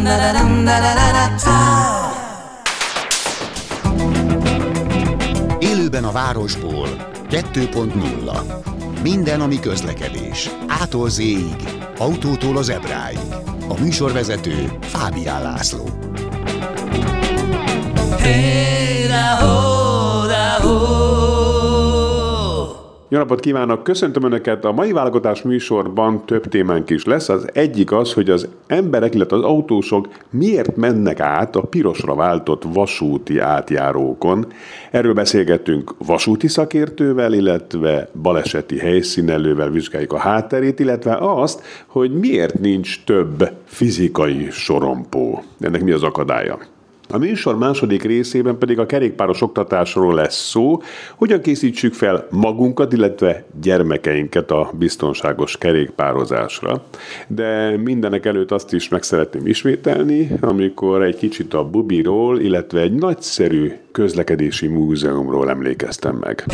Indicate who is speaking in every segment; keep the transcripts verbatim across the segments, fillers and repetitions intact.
Speaker 1: Élőben a városból kettő pont nulla. Minden, ami közlekedés. Ától zéig, autótól az ebráig. A műsorvezető Fábián László.
Speaker 2: Jó napot kívánok! Köszöntöm Önöket! A mai válogatás műsorban több témánk is lesz. Az egyik az, hogy az emberek, illetve az autósok miért mennek át a pirosra váltott vasúti átjárókon. Erről beszélgetünk vasúti szakértővel, illetve baleseti helyszínelővel, vizsgáljuk a hátterét, illetve azt, hogy miért nincs több fizikai sorompó. Ennek mi az akadálya? A műsor második részében pedig a kerékpáros oktatásról lesz szó, hogyan készítsük fel magunkat, illetve gyermekeinket a biztonságos kerékpározásra. De mindenek előtt azt is meg szeretném ismételni, amikor egy kicsit a bubiról, illetve egy nagyszerű közlekedési múzeumról emlékeztem meg.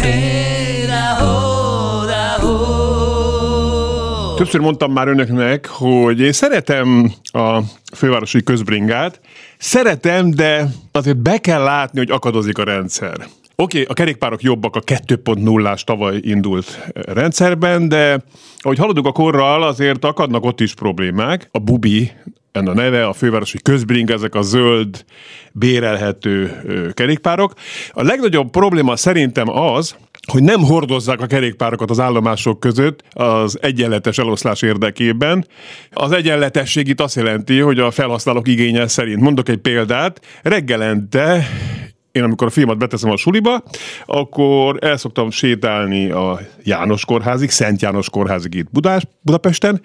Speaker 2: Többször mondtam már önöknek, hogy én szeretem a fővárosi közbringát, szeretem, de azért be kell látni, hogy akadozik a rendszer. Oké, okay, a kerékpárok jobbak a kettő pont nullás tavaly indult rendszerben, de ahogy haladunk a korral, azért akadnak ott is problémák. A bubi, ennek a neve, a fővárosi közbring, ezek a zöld, bérelhető kerékpárok. A legnagyobb probléma szerintem az, hogy nem hordozzák a kerékpárokat az állomások között az egyenletes eloszlás érdekében. Az egyenletesség itt azt jelenti, hogy a felhasználók igénye szerint. Mondok egy példát, reggelente én amikor a filmet beteszem a suliba, akkor el szoktam sétálni a János kórházig, Szent János kórházig itt Budás, Budapesten,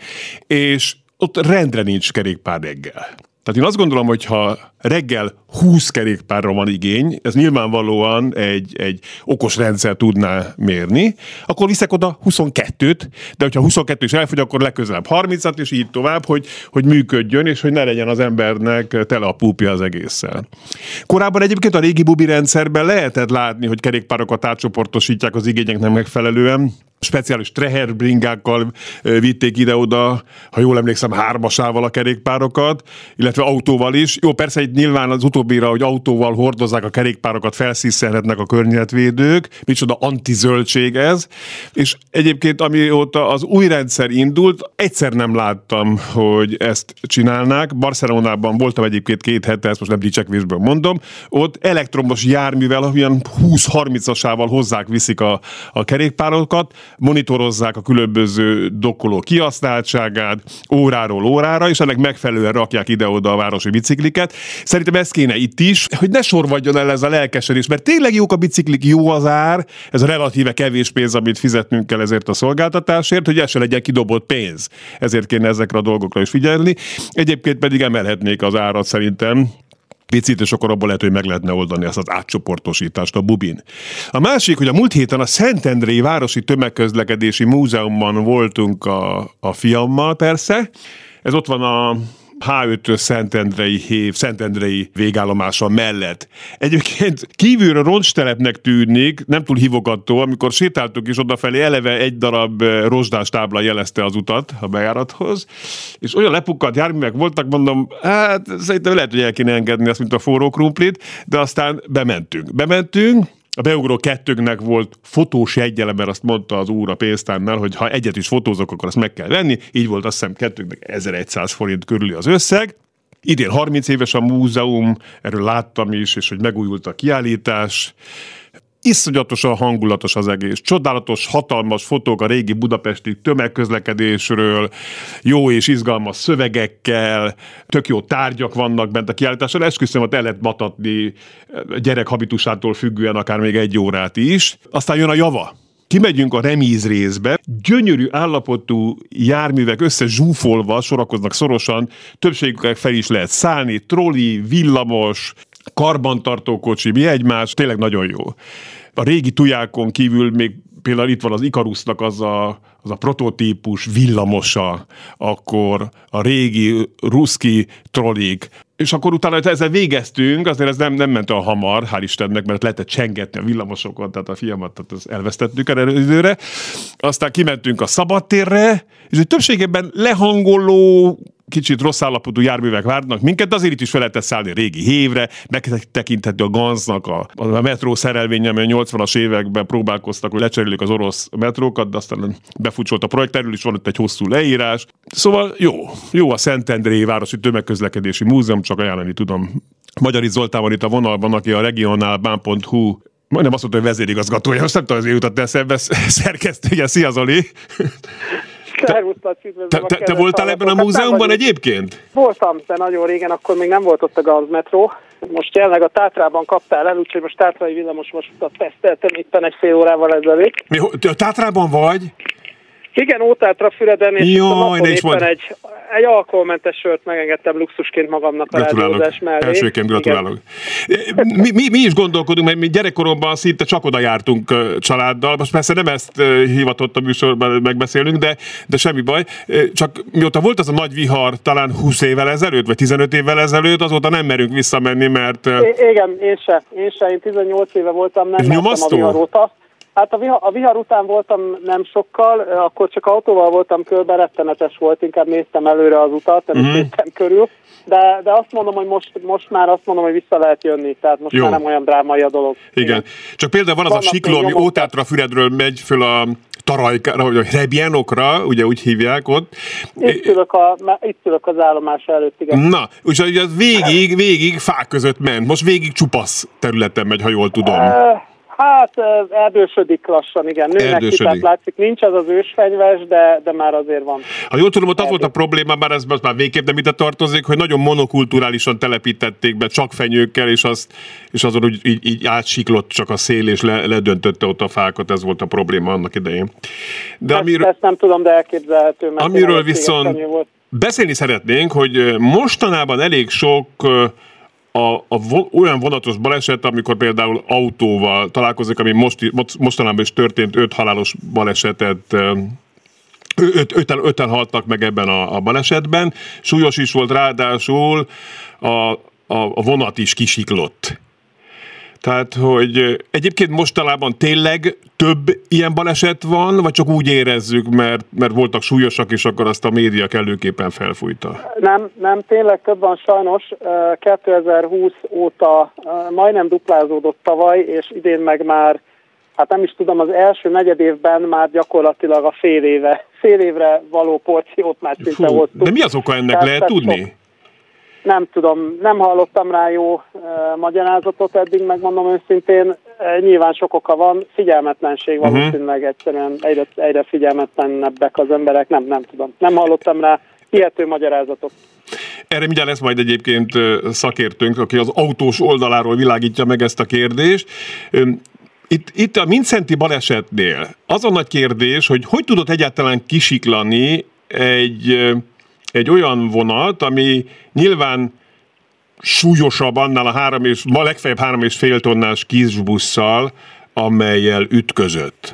Speaker 2: és ott rendre nincs kerékpár reggel. Tehát én azt gondolom, hogy ha reggel húsz kerékpárra van igény, ez nyilvánvalóan egy, egy okos rendszer tudná mérni, akkor viszek oda huszonkettőt, de hogyha huszonkettő is elfogy, akkor legközelebb harmincat, és így tovább, hogy, hogy működjön, és hogy ne legyen az embernek tele a púpja az egésszel. Korábban egyébként a régi bubi rendszerben lehetett látni, hogy kerékpárokat átcsoportosítják az igényeknek megfelelően, speciális treherbringákkal vitték ide-oda, ha jól emlékszem, hármasával a kerékpárokat, illetve autóval is. Jó, persze itt nyilván az utóbbira, hogy autóval hordozzák a kerékpárokat, felszíszelhetnek a környezetvédők, micsoda antizöldség ez, és egyébként amióta az új rendszer indult, egyszer nem láttam, hogy ezt csinálnák. Barcelonában voltam egyébként két hete, ezt most nem dicsekvésből mondom, ott elektromos járművel, olyan húsz-harmincasával hozzák, viszik a, a kerékpárokat, monitorozzák a különböző dokkoló kihasználtságát óráról órára, és ennek megfelelően rakják ide-oda a városi bicikliket. Szerintem ez kéne itt is, hogy ne sorvadjon el ez a lelkesedés, mert tényleg jók a biciklik, jó az ár, ez a relatíve kevés pénz, amit fizetnünk kell ezért a szolgáltatásért, hogy ez se legyen kidobott pénz. Ezért kéne ezekre a dolgokra is figyelni. Egyébként pedig emelhetnék az árat szerintem, picit, és akkor abból lehet, hogy meg lehetne oldani ezt az átcsoportosítást a bubin. A másik, hogy a múlt héten a Szentendrei Városi Tömegközlekedési Múzeumban voltunk a, a fiammal persze. Ez ott van a há ötös Szentendrei hév, Szentendrei végállomása mellett. Egyébként kívülről roncstelepnek tűnik, nem túl hívogató, amikor sétáltuk is odafelé, eleve egy darab rozsdás tábla jelezte az utat a bejárathoz, és olyan lepukkadt járművek voltak, mondom, hát szerintem lehet, hogy el kéne engedni azt, mint a forró krumplit, de aztán bementünk. Bementünk, a beugró kettőnknek volt fotós jeggyele, mert azt mondta az úr a pénztárnál, hogy ha egyet is fotózok, akkor azt meg kell venni. Így volt azt hiszem kettőnknek ezerszáz forint körüli az összeg. Idén harminc éves a múzeum, erről láttam is, és hogy megújult a kiállítás. Iszonyatosan hangulatos az egész. Csodálatos, hatalmas fotók a régi budapesti tömegközlekedésről, jó és izgalmas szövegekkel, tök jó tárgyak vannak bent a kiállításon. Esküszöm, hogy el lehet matatni gyerek habitusától függően akár még egy órát is. Aztán jön a java. Kimegyünk a remíz részbe, gyönyörű állapotú járművek összezsúfolva sorakoznak szorosan, többségüknek fel is lehet szállni, troli, villamos, karbantartó kocsi, mi egymás, tényleg nagyon jó. A régi tujákon kívül még például itt van az Ikarusnak az a, az a prototípus villamosa, akkor a régi ruszki trollik, és akkor utána ezzel végeztünk, azért ez nem, nem ment olyan hamar, hál' Istennek, mert lehetett csengetni a villamosokat, tehát a fiamat tehát az elvesztettük erre időre. Aztán kimentünk a szabadtérre, és egy többségében lehangoló, kicsit rossz állapotú járművek várnak minket, de azért itt is fel lehetett szállni a régi hévre, megtekinthető a Ganznak a, a metró szerelvénye, amely a nyolcvanas években próbálkoztak, hogy lecserélik az orosz metrókat, de aztán befutcsolt a projekt, erről is van itt egy hosszú leírás. Szóval jó, jó a Szentendrei Városi Tömegközlekedési Múzeum, csak ajánlani tudom. Magyari Zoltán van itt a vonalban, aki a regionálbán pont hu majdnem azt mondta, hogy vezérigazgatója, most nem tudom, azért jutott eszembe, szerkesztője. Szia, Zoli! Te, te, te, te voltál ebben a múzeumban egyébként?
Speaker 3: Voltam, de nagyon régen, akkor még nem volt ott a Ganz metró. Most jelenleg a Tátrában kaptál el, úgyhogy most tátrai villamosvasutat teszteltem éppen egy fél órával ezelőtt.
Speaker 2: Mi, te a Tátrában vagy?
Speaker 3: Igen, Ótátrafüreden, és
Speaker 2: Jaj,
Speaker 3: a napon éppen
Speaker 2: mond...
Speaker 3: egy, egy alkoholmentes sört megengedtem luxusként magamnak a rádiózás mellé.
Speaker 2: Elsőként gratulálok. Mi, mi, mi is gondolkodunk, mert mi gyerekkoromban szinte csak oda jártunk családdal. Most persze nem ezt hivatott a műsorban megbeszélnünk, de, de semmi baj. Csak mióta volt az a nagy vihar, talán húsz évvel ezelőtt, vagy tizenöt évvel ezelőtt, azóta nem merünk visszamenni, mert...
Speaker 3: I- igen, én se. Én se. Én tizennyolc éve voltam, nem mentem a vihar óta. Hát a vihar, a vihar után voltam nem sokkal, akkor csak autóval voltam körbe, rettenetes volt, inkább néztem előre az utat, nem mm-hmm. néztem körül, de, de azt mondom, hogy most, most már azt mondom, hogy vissza lehet jönni, tehát most Jó. már nem olyan drámai a dolog.
Speaker 2: Igen. Igen. Csak például van az Vannak a sikló, ami Ótátrafüredről megy föl a Tarajkára, vagy a Hrebjenokra, ugye úgy hívják ott.
Speaker 3: Itt ülök, a, itt ülök az állomás előtt, igen.
Speaker 2: Na, úgyhogy az végig, végig fák között ment, most végig csupasz területen megy, ha jól tudom. Uh...
Speaker 3: Hát erdősödik lassan, igen. Nőnek ki, tehát látszik, nincs az az ősfenyves, de, de már azért van.
Speaker 2: Ha jól tudom, ott az volt a probléma, bár ez már végképp nem ide tartozik, hogy nagyon monokulturálisan telepítették be, csak fenyőkkel, és, azt, és azon úgy így, így átsiklott csak a szél, és le, ledöntötte ott a fákat, ez volt a probléma annak idején. De
Speaker 3: ezt,
Speaker 2: amiről,
Speaker 3: ezt nem tudom, de elképzelhető. Mert
Speaker 2: amiről viszont beszélni szeretnénk, hogy mostanában elég sok... A, a vo, olyan vonatos baleset, amikor például autóval találkozik, ami most, mostanában is történt, öt halálos balesetet, öt, öten, öten haltak meg ebben a, a balesetben. Súlyos is volt, ráadásul a, a, a vonat is kisiklott. Tehát, hogy egyébként mostanában tényleg több ilyen baleset van, vagy csak úgy érezzük, mert, mert voltak súlyosak, és akkor azt a média kellőképpen felfújta?
Speaker 3: Nem, nem, tényleg több van sajnos. kétezer-húsz óta majdnem duplázódott tavaly, és idén meg már, hát nem is tudom, az első negyed évben már gyakorlatilag a fél éve, fél évre való porciót már szinte hoztuk.
Speaker 2: De mi az oka ennek, lehet tudni? Sok. Nem
Speaker 3: tudom, nem hallottam rá jó uh, magyarázatot eddig, megmondom őszintén. Uh, nyilván sok oka van, figyelmetlenség uh-huh. valószínűleg egyszerűen egyre, egyre figyelmetlenebbek az emberek, nem, nem tudom. Nem hallottam rá hihető magyarázatot.
Speaker 2: Erre mindjárt lesz majd egyébként szakértőnk, aki az autós oldaláról világítja meg ezt a kérdést. Itt, itt a Mindszenty balesetnél az a nagy kérdés, hogy hogy tudott egyáltalán kisiklani egy... egy olyan vonat, ami nyilván súlyosabb annál a három és, ma legfeljebb három és fél tonnás kisbusszal, amellyel ütközött.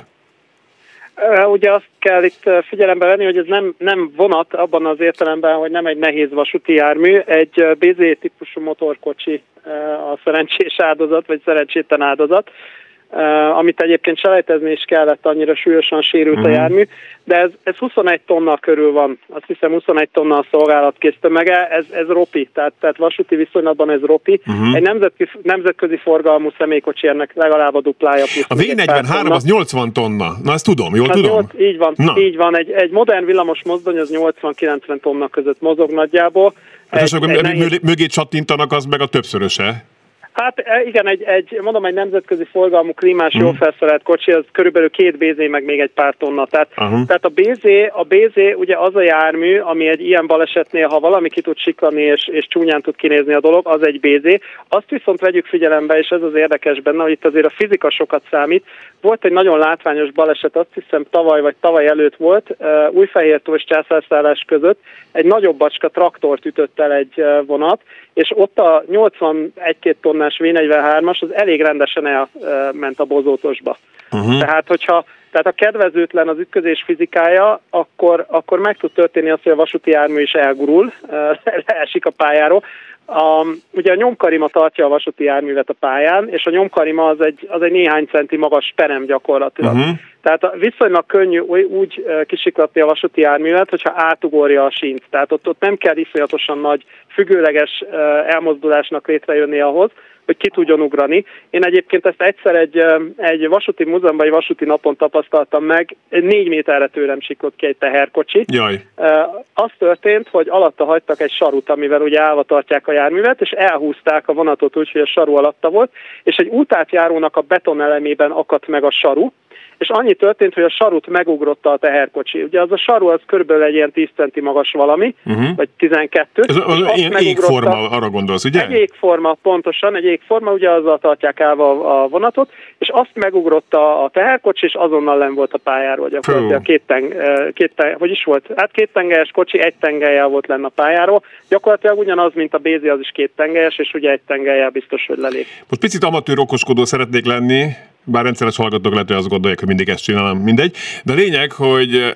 Speaker 3: Ugye azt kell itt figyelembe venni, hogy ez nem, nem vonat abban az értelemben, hogy nem egy nehéz vasúti jármű, egy bé zé típusú motorkocsi a szerencsés áldozat, vagy szerencsétlen áldozat, Uh, amit egyébként selejtezni is kellett, annyira súlyosan sérült uh-huh. a jármű, de ez, ez huszonegy tonna körül van, azt hiszem huszonegy tonna a szolgálatkész tömege, ez, ez ropi, tehát, tehát vasúti viszonylatban ez ropi. Uh-huh. Egy nemzetközi, nemzetközi forgalmú személykocsi ennek legalább a duplája.
Speaker 2: A vé negyvenhárom az nyolcvan tonna, na ezt tudom, jól
Speaker 3: az
Speaker 2: tudom?
Speaker 3: nyolc, így van, na. így van. Egy, egy modern villamos mozdony az nyolcvan-kilencven tonna között mozog nagyjából.
Speaker 2: Hát egy, egy nehéz... mögé csattintanak, az meg a többszöröse.
Speaker 3: Hát igen, egy, egy, mondom, egy nemzetközi forgalmú klímás, uh-huh. jól felszerelt kocsi, az körülbelül két bé zé, meg még egy pár tonna. Tehát, uh-huh. tehát a bé zé, a bé zé ugye az a jármű, ami egy ilyen balesetnél, ha valami ki tud siklani és, és csúnyán tud kinézni a dolog, az egy bé zé. Azt viszont vegyük figyelembe, és ez az érdekes benne, hogy itt azért a fizika sokat számít. Volt egy nagyon látványos baleset, azt hiszem tavaly vagy tavaly előtt volt, uh, Újfehértó és Császárszállás között, egy nagyobb bacska traktort ütött el egy uh, vonat, és ott a nyolcvanegy-két tonnás vé negyvenhármas az elég rendesen elment a bozótosba. Uh-huh. Tehát, hogyha Tehát ha kedvezőtlen az ütközés fizikája, akkor, akkor meg tud történni az, hogy a vasúti jármű is elgurul, leesik a pályáról. A, ugye a nyomkarima tartja a vasúti járművet a pályán, és a nyomkarima az egy, az egy néhány centi magas perem gyakorlatilag. Uh-huh. Tehát viszonylag könnyű úgy kisiklatni a vasúti járművet, hogyha átugorja a sínt. Tehát ott, ott nem kell iszonyatosan nagy függőleges elmozdulásnak létrejönni ahhoz, hogy ki tudjon ugrani. Én egyébként ezt egyszer egy, egy vasúti múzeumban, egy vasúti napon tapasztaltam meg, négy méterre tőlem siklott ki egy teherkocsi.
Speaker 2: Jaj.
Speaker 3: Az történt, hogy alatta hagytak egy sarut, amivel ugye állva tartják a járművet, és elhúzták a vonatot úgy, hogy a saru alatta volt, és egy útátjárónak a betonelemében akadt meg a saru, és annyi történt, hogy a sarut megugrotta a teherkocsi. Ugye az a saru az körülbelül egy ilyen tíz centi magas valami, uh-huh. vagy tizenkettő.
Speaker 2: Ez az ilyen égforma, arra gondolsz, ugye?
Speaker 3: Egy égforma, pontosan, egy égforma, ugye azzal tartják állva a vonatot, és azt megugrotta a teherkocsi, és azonnal len volt a pályáról. Gyakorlatilag két, teng, két teng, hogy is volt? Hát két tengelyes kocsi, egy tengelyel volt lenne a pályáról. Gyakorlatilag ugyanaz, mint a Bézi, az is két tengelyes, és ugye egy tengelyel biztos, hogy lelép.
Speaker 2: Most picit amatőr okoskodó szeretnék lenni, bár rendszeres hallgatók lehet, hogy azt gondolják, hogy mindig ezt csinálom, mindegy. De a lényeg, hogy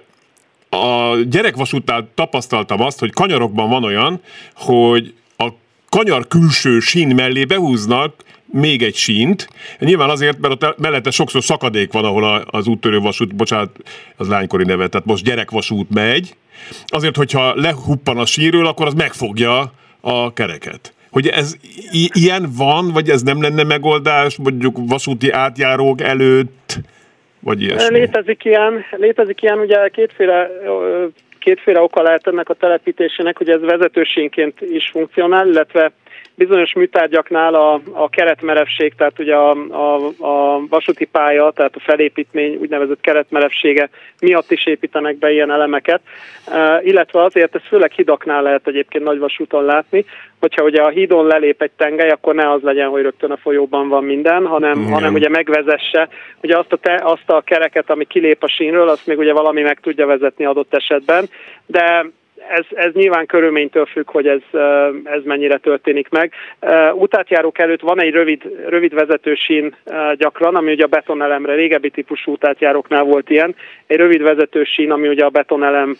Speaker 2: a gyerekvasútnál tapasztaltam azt, hogy kanyarokban van olyan, hogy a kanyar külső sín mellé behúznak még egy sínt. Nyilván azért, mert ott mellette sokszor szakadék van, ahol az úttörő vasút, bocsánat, az lánykori neve, tehát most gyerekvasút megy. Azért, hogyha lehuppan a sínről, akkor az megfogja a kereket. Hogy ez i- ilyen van, vagy ez nem lenne megoldás, mondjuk vasúti átjárók előtt, vagy ilyesmi?
Speaker 3: Létezik ilyen, létezik ilyen, ugye kétféle, kétféle oka lehet ennek a telepítésének, hogy ez vezetősínként is funkcionál, illetve bizonyos műtárgyaknál a, a keretmerevség, tehát ugye a, a, a vasúti pálya, tehát a felépítmény úgynevezett keretmerevsége miatt is építenek be ilyen elemeket, uh, illetve azért ez főleg hidaknál lehet egyébként nagyvasúton látni, hogyha ugye a hídon lelép egy tengely, akkor ne az legyen, hogy rögtön a folyóban van minden, hanem, mm. hanem ugye megvezesse, ugye azt a, te, azt a kereket, ami kilép a sínről, azt még ugye valami meg tudja vezetni adott esetben, de Ez, ez nyilván körülménytől függ, hogy ez, ez mennyire történik meg. Útátjárók előtt van egy rövid, rövid vezetősín gyakran, ami ugye a betonelemre, régebbi típusú útátjáróknál volt ilyen, egy rövid vezetősín, ami ugye a betonelemből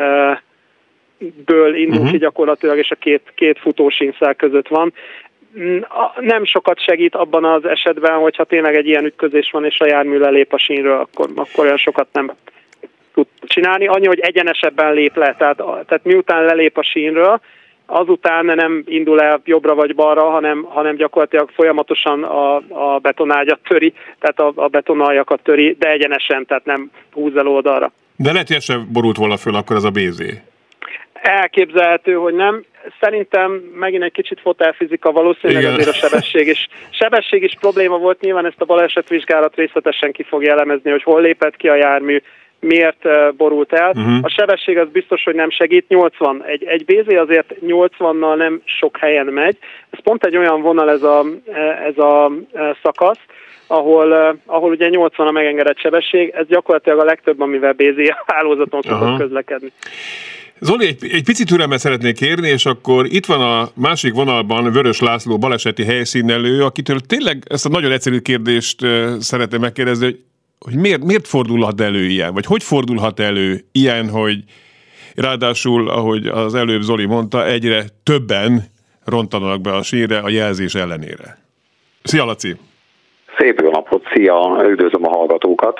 Speaker 3: indul uh-huh. ki gyakorlatilag, és a két, két futósínszál között van. Nem sokat segít abban az esetben, hogyha tényleg egy ilyen ütközés van, és a jármű lelép a sínről, akkor, akkor olyan sokat nem tud csinálni, annyi, hogy egyenesebben lép le, tehát, tehát miután lelép a sínről, azután nem indul el jobbra vagy balra, hanem, hanem gyakorlatilag folyamatosan a, a betonágyat töri, tehát a, a betonaljakat töri, de egyenesen, tehát nem húz el oldalra.
Speaker 2: De lehet, hogy sem borult volna föl akkor ez a Bézé.
Speaker 3: Elképzelhető, hogy nem. Szerintem megint egy kicsit fotelfizika, valószínűleg igen. Azért a sebesség is. Sebesség is probléma volt, nyilván ezt a balesetvizsgálat részletesen ki fogja elemezni, hogy hol lépett ki a jármű, miért borult el. Uh-huh. A sebesség az biztos, hogy nem segít. nyolcvan. Egy, egy Bézé azért nyolcvannal nem sok helyen megy. Ez pont egy olyan vonal ez a, ez a szakasz, ahol, ahol ugye nyolcvan a megengedett sebesség. Ez gyakorlatilag a legtöbb, amivel Bézé hálózaton szokott uh-huh. közlekedni.
Speaker 2: Zoli, egy, egy picit türelmet szeretnék kérni, és akkor itt van a másik vonalban Vörös László baleseti helyszínelő, akitől tényleg ezt a nagyon egyszerű kérdést szeretném megkérdezni, hogy hogy miért, miért fordulhat elő ilyen, vagy hogy fordulhat elő ilyen, hogy ráadásul, ahogy az előbb Zoli mondta, egyre többen rontanak be a sínre a jelzés ellenére. Szia, Laci!
Speaker 4: Szép jó napot, szia, üdvözlöm a hallgatókat.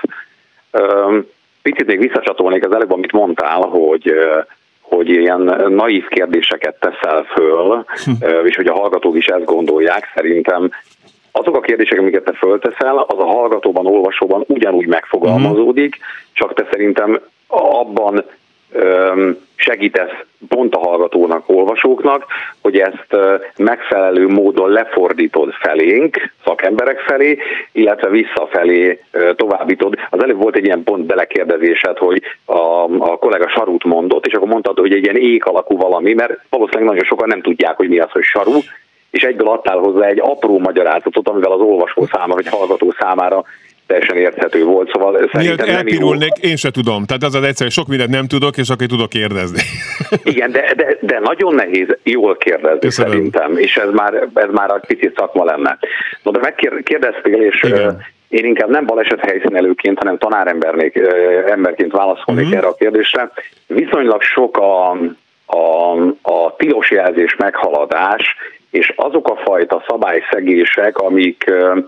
Speaker 4: Picit még visszacsatolnék az előbb, amit mondtál, hogy, hogy ilyen naív kérdéseket teszel föl, és hogy a hallgatók is ezt gondolják, szerintem azok a kérdések, amiket te fölteszel, az a hallgatóban, olvasóban ugyanúgy megfogalmazódik, csak te szerintem abban öm, segítesz pont a hallgatónak, olvasóknak, hogy ezt ö, megfelelő módon lefordítod felénk, szakemberek felé, illetve visszafelé ö, továbbítod. Az előbb volt egy ilyen pont belekérdezésed, hogy a, a kollega sarút mondott, és akkor mondtad, hogy egy ilyen ék alakú valami, mert valószínűleg nagyon sokan nem tudják, hogy mi az, hogy saru, és egyből adtál hozzá egy apró magyarázatot, amivel az olvasó számára, vagy hallgató számára teljesen érthető volt, szóval szerintem nem
Speaker 2: elpirulnék, én se tudom. Tehát az az egyszerű, sok mindent nem tudok, és akkor tudok kérdezni.
Speaker 4: Igen, de, de, de nagyon nehéz jól kérdezni. Köszönöm. Szerintem, és ez már, ez már egy picit szakma lenne. No, de megkérdeztél, és, Én inkább nem baleset helyszínelőként, hanem tanáremberként emberként válaszolnék uh-huh. erre a kérdésre. Viszonylag sok a, a, a tilos jelzés meghaladás, és azok a fajta szabályszegések, amik...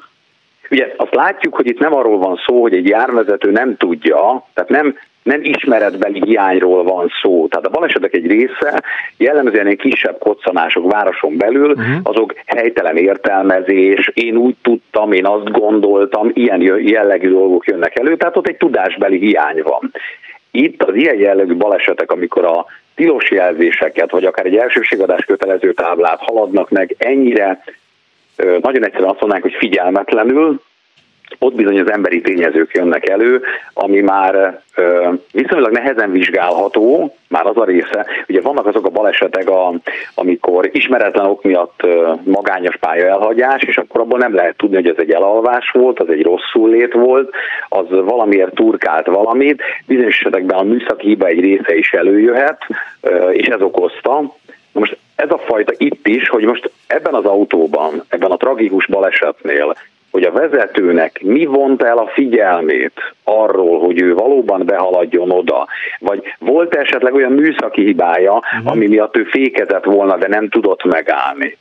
Speaker 4: Ugye azt látjuk, hogy itt nem arról van szó, hogy egy járművezető nem tudja, tehát nem, nem ismeretbeli hiányról van szó. Tehát a balesetek egy része, jellemzően egy kisebb koccanások városon belül, uh-huh. azok helytelen értelmezés, én úgy tudtam, én azt gondoltam, ilyen jellegű dolgok jönnek elő, tehát ott egy tudásbeli hiány van. Itt az ilyen jellegű balesetek, amikor a tilos jelzéseket, vagy akár egy elsőségadás kötelező táblát haladnak meg ennyire, nagyon egyszerűen azt mondanánk, hogy figyelmetlenül, ott bizony az emberi tényezők jönnek elő, ami már ö, viszonylag nehezen vizsgálható, már az a része, ugye vannak azok a balesetek, a, amikor ismeretlen ok miatt ö, magányos pályaelhagyás, és akkor abból nem lehet tudni, hogy ez egy elalvás volt, az egy rosszul lét volt, az valamiért turkált valamit, bizonyos esetekben a műszaki hiba egy része is előjöhet, ö, és ez okozta. Most ez a fajta itt is, hogy most ebben az autóban, ebben a tragikus balesetnél, hogy a vezetőnek mi vont el a figyelmét arról, hogy ő valóban behaladjon oda, vagy volt esetleg olyan műszaki hibája, uh-huh. ami miatt ő fékezett volna, de nem tudott megállni.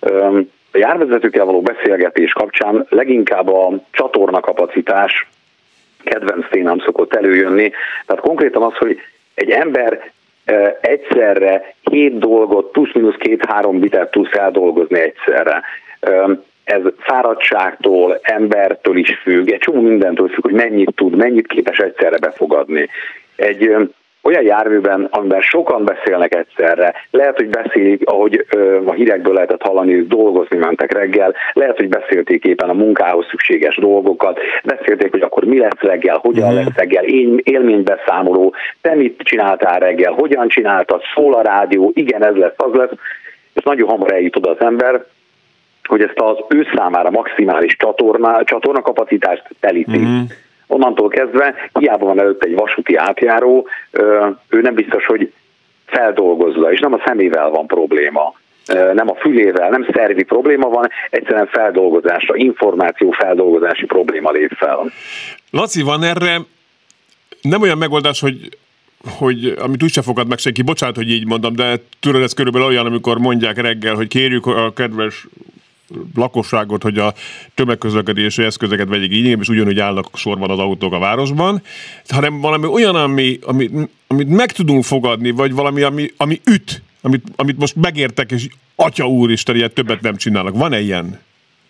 Speaker 4: A járvezetőkkel való beszélgetés kapcsán leginkább a csatornakapacitás kedvenc témám szokott előjönni, tehát konkrétan az, hogy egy ember egyszerre hét dolgot, plusz-minusz két-három bitet tud feldolgozni egyszerre. Ez fáradtságtól, embertől is függ, egy csomó mindentől függ, hogy mennyit tud, mennyit képes egyszerre befogadni. Egy olyan járműben, amiben sokan beszélnek egyszerre, lehet, hogy beszélik, ahogy a hírekből lehetett hallani, hogy dolgozni mentek reggel, lehet, hogy beszélték éppen a munkához szükséges dolgokat, beszélték, hogy akkor mi lesz reggel, hogyan lesz reggel, élménybeszámoló, te mit csináltál reggel, hogyan csináltad, szól a rádió, igen, ez lesz, az lesz, és nagyon hamar eljut oda az ember, hogy ezt az ő számára maximális csatorna, csatornakapacitást telíti. Mm. Onnantól kezdve, hiába van előtt egy vasúti átjáró, ő nem biztos, hogy feldolgozza, és nem a szemével van probléma, nem a fülével, nem szervi probléma van, egyszerűen feldolgozásra, információ feldolgozási probléma lép fel.
Speaker 2: Laci, van erre nem olyan megoldás, hogy hogy amit úgyse fogad meg senki, bocsánat, hogy így mondom, de tudod, ez körülbelül olyan, amikor mondják reggel, hogy kérjük a kedves lakosságot, hogy a tömegközlekedési eszközöket vegyék igénybe, és ugyanúgy állnak sorban az autók a városban, hanem valami olyan, ami, ami, amit meg tudunk fogadni, vagy valami, ami, ami üt, amit, amit most megértek, és atya úristen, ilyet többet nem csinálnak. Van-e ilyen?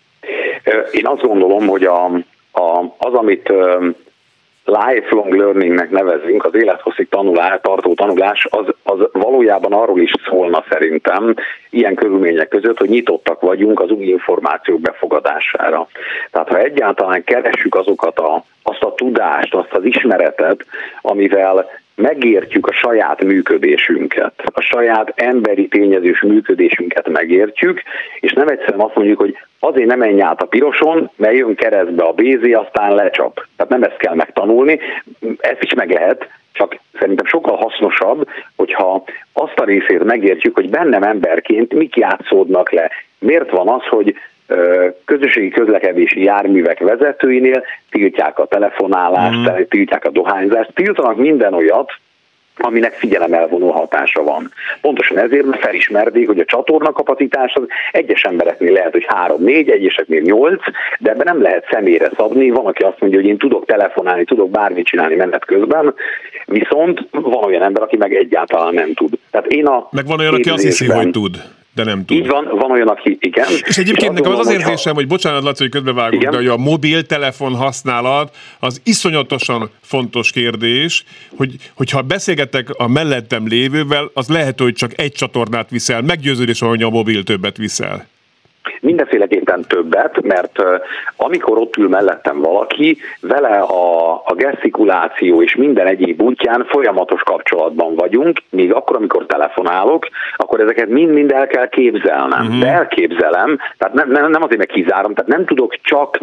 Speaker 4: Én azt gondolom, hogy a, a, az, amit lifelong learningnek nevezünk, az élethosszig tanulás, tartó tanulás, az, az valójában arról is szólna szerintem ilyen körülmények között, hogy nyitottak vagyunk az új információk befogadására. Tehát ha egyáltalán keressük azokat a, azt a tudást, azt az ismeretet, amivel megértjük a saját működésünket, a saját emberi tényezős működésünket megértjük, és nem egyszerűen azt mondjuk, hogy azért nem menj át a piroson, mert jön keresztbe a bé zé, aztán lecsap. Tehát nem ezt kell megtanulni, ezt is meg lehet, csak szerintem sokkal hasznosabb, hogyha azt a részét megértjük, hogy bennem emberként mik játszódnak le. Miért van az, hogy közösségi közlekedési járművek vezetőinél tiltják a telefonálást, mm. tiltják a dohányzást, tiltanak minden olyat, aminek figyelemelvonó hatása van. Pontosan ezért, mert felismerték, hogy a csatornakapacitás az egyes embereknél lehet, hogy három-négy, egyeseknél nyolc, de ebben nem lehet személyre szabni. Van, aki azt mondja, hogy én tudok telefonálni, tudok bármit csinálni menet közben, viszont van olyan ember, aki meg egyáltalán nem tud. Tehát én a
Speaker 2: meg van olyan, aki azt hiszi, hogy tud, de nem tud.
Speaker 4: Így van, van olyan, aki igen.
Speaker 2: És egyébként nekem az az érzésem, hogy bocsánat, Laci, hogy közbevágunk, de hogy a mobiltelefon használat az iszonyatosan fontos kérdés, hogy, hogyha beszélgetek a mellettem lévővel, az lehet, hogy csak egy csatornát viszel, meggyőződés, hogy a mobil többet viszel.
Speaker 4: Mindenféleképpen többet, mert amikor ott ül mellettem valaki, vele a, a gesztikuláció és minden egyéb útján folyamatos kapcsolatban vagyunk, míg akkor, amikor telefonálok, akkor ezeket mind-mind el kell képzelnem. Uh-huh. De elképzelem, tehát nem, nem, nem azért meg kizárom, tehát nem tudok csak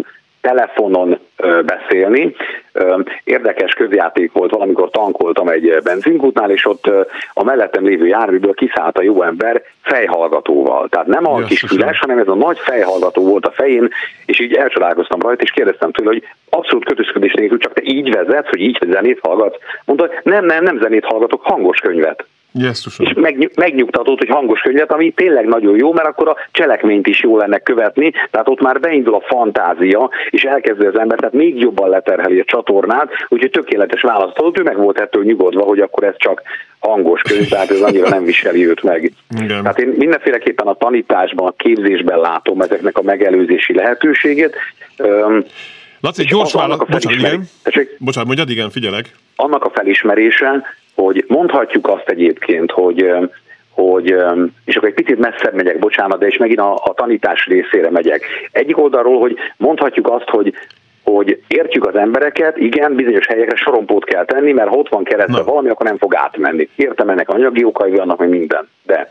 Speaker 4: telefonon beszélni. Érdekes közjáték volt, valamikor tankoltam egy benzinkútnál, és ott a mellettem lévő járműből kiszállt a jó ember fejhallgatóval. Tehát nem a kis füles, hanem ez a nagy fejhallgató volt a fején, és így elcsodálkoztam rajta, és kérdeztem tőle, hogy abszolút kötözködés nélkül, csak te így vezetsz, hogy így zenét hallgatsz? Mondta, nem, nem, nem zenét hallgatok, hangos könyvet.
Speaker 2: Jesszusom.
Speaker 4: És megny- megnyugtatott, hogy hangos könyvet, ami tényleg nagyon jó, mert akkor a cselekményt is jó lenne követni, tehát ott már beindul a fantázia, és elkezdő az ember, tehát még jobban leterheli a csatornát, úgyhogy tökéletes választ adott, ő meg volt ettől nyugodva, hogy akkor ez csak hangos könyv, tehát ez annyira nem viseli őt meg. Igen. Tehát én mindenféleképpen a tanításban, a képzésben látom ezeknek a megelőzési lehetőségét.
Speaker 2: Laci, egy gyors válasz, bocsánat, igen. Bocsánat, mondjad, igen, figyelek.
Speaker 4: Annak a felismerése, hogy mondhatjuk azt egyébként, hogy, hogy és akkor egy picit messzebb megyek, bocsánat, de és megint a, a tanítás részére megyek. Egyik oldalról, hogy mondhatjuk azt, hogy, hogy értjük az embereket, igen, bizonyos helyekre sorompót kell tenni, mert ha ott van keresztbe valami, akkor nem fog átmenni. Értem, ennek anyagi okai vannak, meg minden. De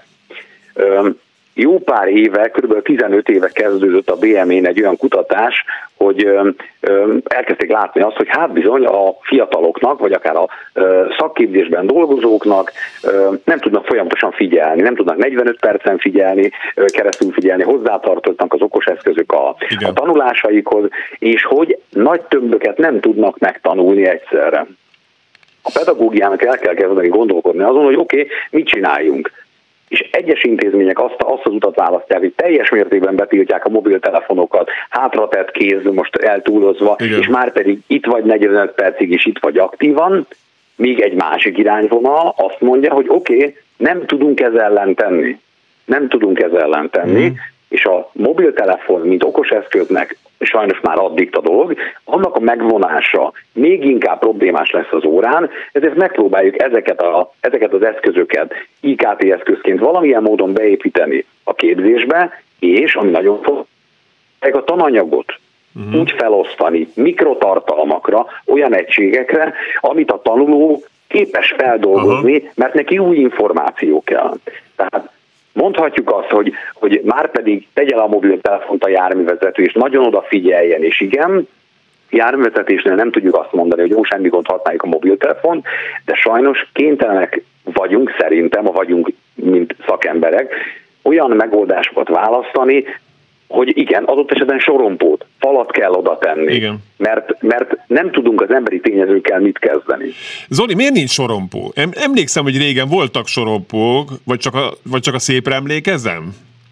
Speaker 4: öm, jó pár éve, kb. tizenöt éve kezdődött a bé em é-n egy olyan kutatás, hogy ö, ö, elkezdték látni azt, hogy hát bizony a fiataloknak, vagy akár a ö, szakképzésben dolgozóknak ö, nem tudnak folyamatosan figyelni, nem tudnak negyvenöt percen figyelni, ö, keresztül figyelni, hozzátartoznak az okos eszközök a, a tanulásaikhoz, és hogy nagy tömböket nem tudnak megtanulni egyszerre. A pedagógiának el kell kezdeni gondolkodni azon, hogy oké, okay, mit csináljunk. És egyes intézmények azt, azt az utat választják, hogy teljes mértékben betiltják a mobiltelefonokat, hátratett kéz, most eltúlozva, igen. És már pedig itt vagy negyvenöt percig is itt vagy aktívan, míg egy másik irányvonal azt mondja, hogy oké, okay, nem tudunk ezzel ellen tenni. Nem tudunk ezzel ellen tenni, mm. és a mobiltelefon, mint okos eszköznek sajnos már addikt a dolog, annak a megvonása még inkább problémás lesz az órán, ezért megpróbáljuk ezeket, a, ezeket az eszközöket i ká té eszközként valamilyen módon beépíteni a képzésbe, és, ami nagyon fontos, a tananyagot uh-huh. úgy felosztani mikrotartalmakra, olyan egységekre, amit a tanuló képes feldolgozni, uh-huh. mert neki új információ kell. Tehát mondhatjuk azt, hogy, hogy már pedig tegye le a mobiltelefont a járművezető, és nagyon odafigyeljen, és igen, járművezetésnél nem tudjuk azt mondani, hogy jó, semmi gond, használjuk a mobiltelefont, de sajnos kénytelenek vagyunk, szerintem, vagyunk, mint szakemberek, olyan megoldásokat választani, hogy igen, adott esetben sorompót, falat kell oda tenni, igen. Mert, mert nem tudunk az emberi tényezőkkel mit kezdeni.
Speaker 2: Zoli, miért nincs sorompó? Emlékszem, hogy régen voltak sorompók, vagy csak a, vagy csak a szépre emlékezem?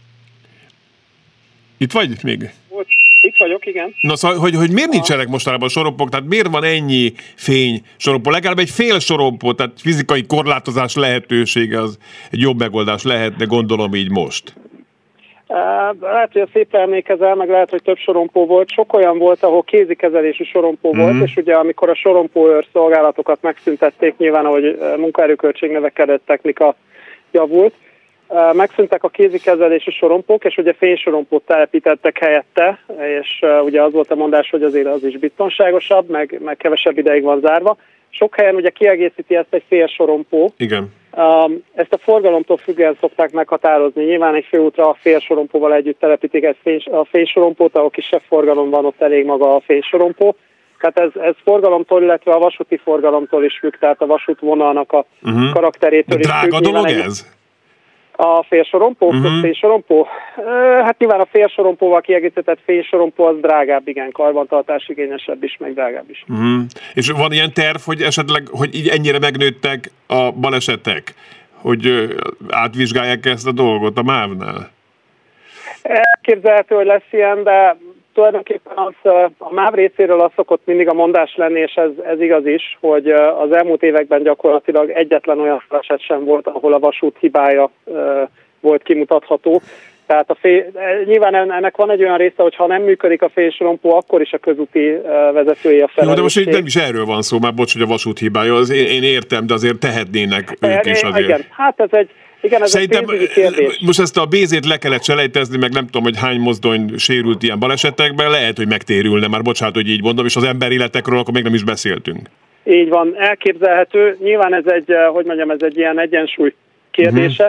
Speaker 2: Itt vagy még?
Speaker 3: Itt vagyok, igen.
Speaker 2: Na szóval, hogy, hogy miért nincsenek mostanában sorompók? Tehát miért van ennyi fény sorompó? Legalább egy fél sorompó, tehát fizikai korlátozás lehetősége az egy jobb megoldás lehetne, gondolom így most.
Speaker 3: Lehet, hogy a szépre emlékezel, meg lehet, hogy több sorompó volt. Sok olyan volt, ahol kézikezelésű sorompó mm-hmm. volt, és ugye amikor a sorompóőr szolgálatokat megszüntették, nyilván ahogy munkaerőköltség növekedett, technika javult, megszűntek a kézikezelésű sorompók, és ugye fénysorompót telepítettek helyette, és ugye az volt a mondás, hogy azért az is biztonságosabb, meg, meg kevesebb ideig van zárva. Sok helyen ugye kiegészíti ezt egy fél sorompó.
Speaker 2: Igen.
Speaker 3: Ezt a forgalomtól függően szokták meghatározni. Nyilván egy főútra a fél sorompóval együtt telepítik egy fény, a fénysorompót, ahol kisebb forgalom van, ott elég maga a fénysorompó. Tehát ez, ez forgalomtól, illetve a vasúti forgalomtól is függ, tehát a vasútvonalnak a uh-huh. karakterétől is függ.
Speaker 2: Drága dolog ez?
Speaker 3: A félsorompó?
Speaker 2: Uh-huh.
Speaker 3: félsorompó? Hát nyilván a félsorompóval kiegészített félsorompó az drágább, igen, karbantartás igényesebb is, meg drágább is.
Speaker 2: Uh-huh. És van ilyen terv, hogy esetleg, hogy így ennyire megnőttek a balesetek, hogy átvizsgálják ezt a dolgot a MÁV-nál?
Speaker 3: Elképzelhető, hogy lesz ilyen, de tulajdonképpen az, a MÁV részéről az szokott mindig a mondás lenni, és ez, ez igaz is, hogy az elmúlt években gyakorlatilag egyetlen olyan baleset sem volt, ahol a vasút hibája volt kimutatható. Tehát a fél, nyilván ennek van egy olyan része, hogy ha nem működik a félsorompó, akkor is a közúti vezetői a felelősség.
Speaker 2: Jó, de most nem is erről van szó, már bocs, hogy a vasút hibája, az én, én értem, de azért tehetnének ők is azért.
Speaker 3: Igen, hát ez egy Igen, ez
Speaker 2: Szerintem most ezt a bézét le kellett selejtezni, meg nem tudom, hogy hány mozdony sérült ilyen balesetekben, lehet, hogy megtérülne, már bocsánat, hogy így mondom, és az emberéletekről akkor még nem is beszéltünk.
Speaker 3: Így van, elképzelhető. Nyilván ez egy, hogy mondjam, ez egy ilyen egyensúly kérdése. Uh-huh.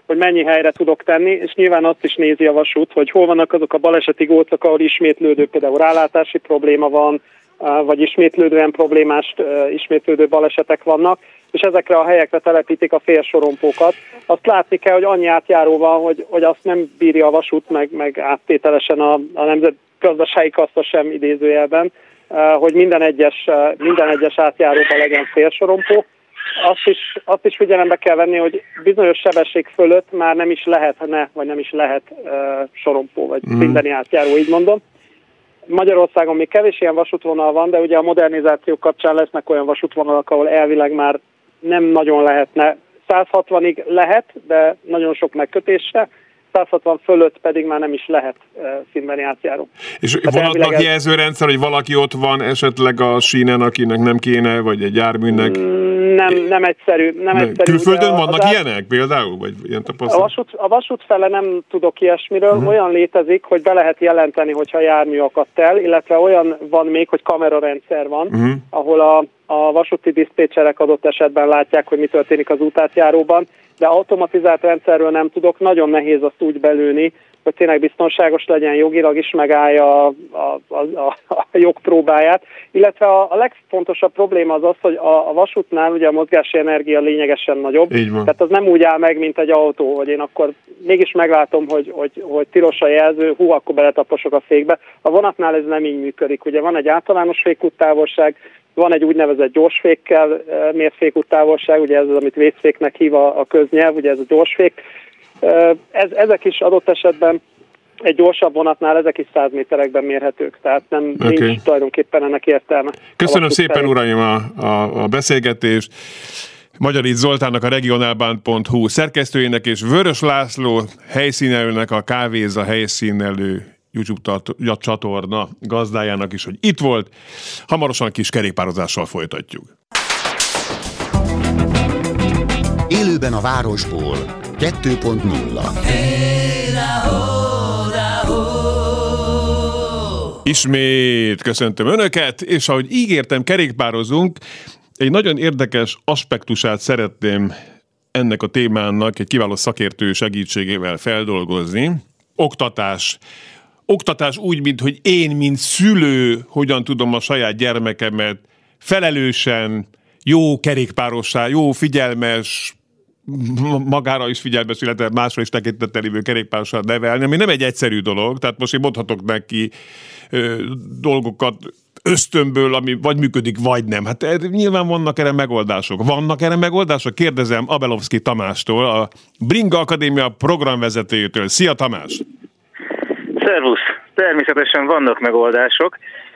Speaker 3: hogy mennyi helyre tudok tenni, és nyilván azt is nézi a vasút, hogy hol vannak azok a baleseti gócok, ahol ismétlődő például rálátási probléma van, vagy ismétlődően problémás, ismétlődő balesetek vannak, és ezekre a helyekre telepítik a félsorompókat. Azt látni kell, hogy annyi átjáró van, hogy, hogy azt nem bírja a vasút, meg, meg áttételesen a, a nemzetgazdasági kassa sem idézőjelben, hogy minden egyes, minden egyes átjáróban legyen félsorompó. Azt is, azt is figyelembe kell venni, hogy bizonyos sebesség fölött már nem is lehetne, vagy nem is lehet uh, sorompó, vagy mm. mindeni átjáró, így mondom. Magyarországon még kevés ilyen vasútvonal van, de ugye a modernizáció kapcsán lesznek olyan vasútvonalak, ahol elvileg már nem nagyon lehetne. száz hatvanig lehet, de nagyon sok megkötéssel. száz hatvan fölött pedig már nem is lehet uh, színbeni átjáró.
Speaker 2: És hát vonatnak ez... jelzőrendszer, hogy valaki ott van esetleg a sínen, akinek nem kéne, vagy egy járműnek?
Speaker 3: Nem, nem egyszerű. Nem
Speaker 2: nem.
Speaker 3: egyszerű.
Speaker 2: Külföldön vannak
Speaker 3: át...
Speaker 2: ilyenek például? Vagy ilyen
Speaker 3: a, vasút, a vasút fele nem tudok ilyesmiről. Uh-huh. Olyan létezik, hogy be lehet jelenteni, hogyha jármű akadt el, illetve olyan van még, hogy kamerarendszer van, uh-huh. ahol a, a vasúti diszpécserek adott esetben látják, hogy mi történik az útátjáróban, de automatizált rendszerről nem tudok, nagyon nehéz azt úgy belőni, hogy tényleg biztonságos legyen, jogilag is megállja a, a, a, a jogpróbáját. Illetve a, a legfontosabb probléma az az, hogy a, a vasútnál ugye a mozgási energia lényegesen nagyobb. Tehát az nem úgy áll meg, mint egy autó, hogy én akkor mégis meglátom, hogy, hogy, hogy tilos a jelző, hú, akkor beletaposok a fékbe. A vonatnál ez nem így működik. Ugye van egy általános fékúttávolság, van egy úgynevezett gyorsfékkel mért fékúttávolság, ugye ez az, amit vészféknek hív a, a köznyelv, ugye ez a gyorsfék. Ez, ezek is adott esetben egy gyorsabb vonatnál ezek is száz méterekben mérhetők, tehát nem okay. nincs tulajdonképpen ennek értelme.
Speaker 2: Köszönöm szépen, felé. Uraim, a, a, a beszélgetést. Magyarit Zoltánnak, a regionálbahn pont hu szerkesztőjének és Vörös László helyszínelőnek, a Kávéza helyszínelő YouTube csatorna gazdájának is, hogy itt volt. Hamarosan kis kerékpározással folytatjuk.
Speaker 1: Élőben a városból kettő pont nulla.
Speaker 2: Ismét köszöntöm Önöket, és ahogy ígértem, kerékpározunk. Egy nagyon érdekes aspektusát szeretném ennek a témának egy kiváló szakértő segítségével feldolgozni. Oktatás. Oktatás úgy, mint hogy én, mint szülő, hogyan tudom a saját gyermekemet felelősen, jó kerékpárossá, jó figyelmes, magára is figyelmes, illetve másra is tekintettel lévő kerékpárossá nevelni, ami nem egy egyszerű dolog, tehát most én mondhatok neki ö, dolgokat ösztönből, ami vagy működik, vagy nem. Hát er, nyilván vannak erre megoldások. Vannak erre megoldások? Kérdezem Abelovszky Tamástól, a Bringa Akadémia programvezetőjétől. Szia, Tamás!
Speaker 5: Szervusz! Természetesen vannak megoldások.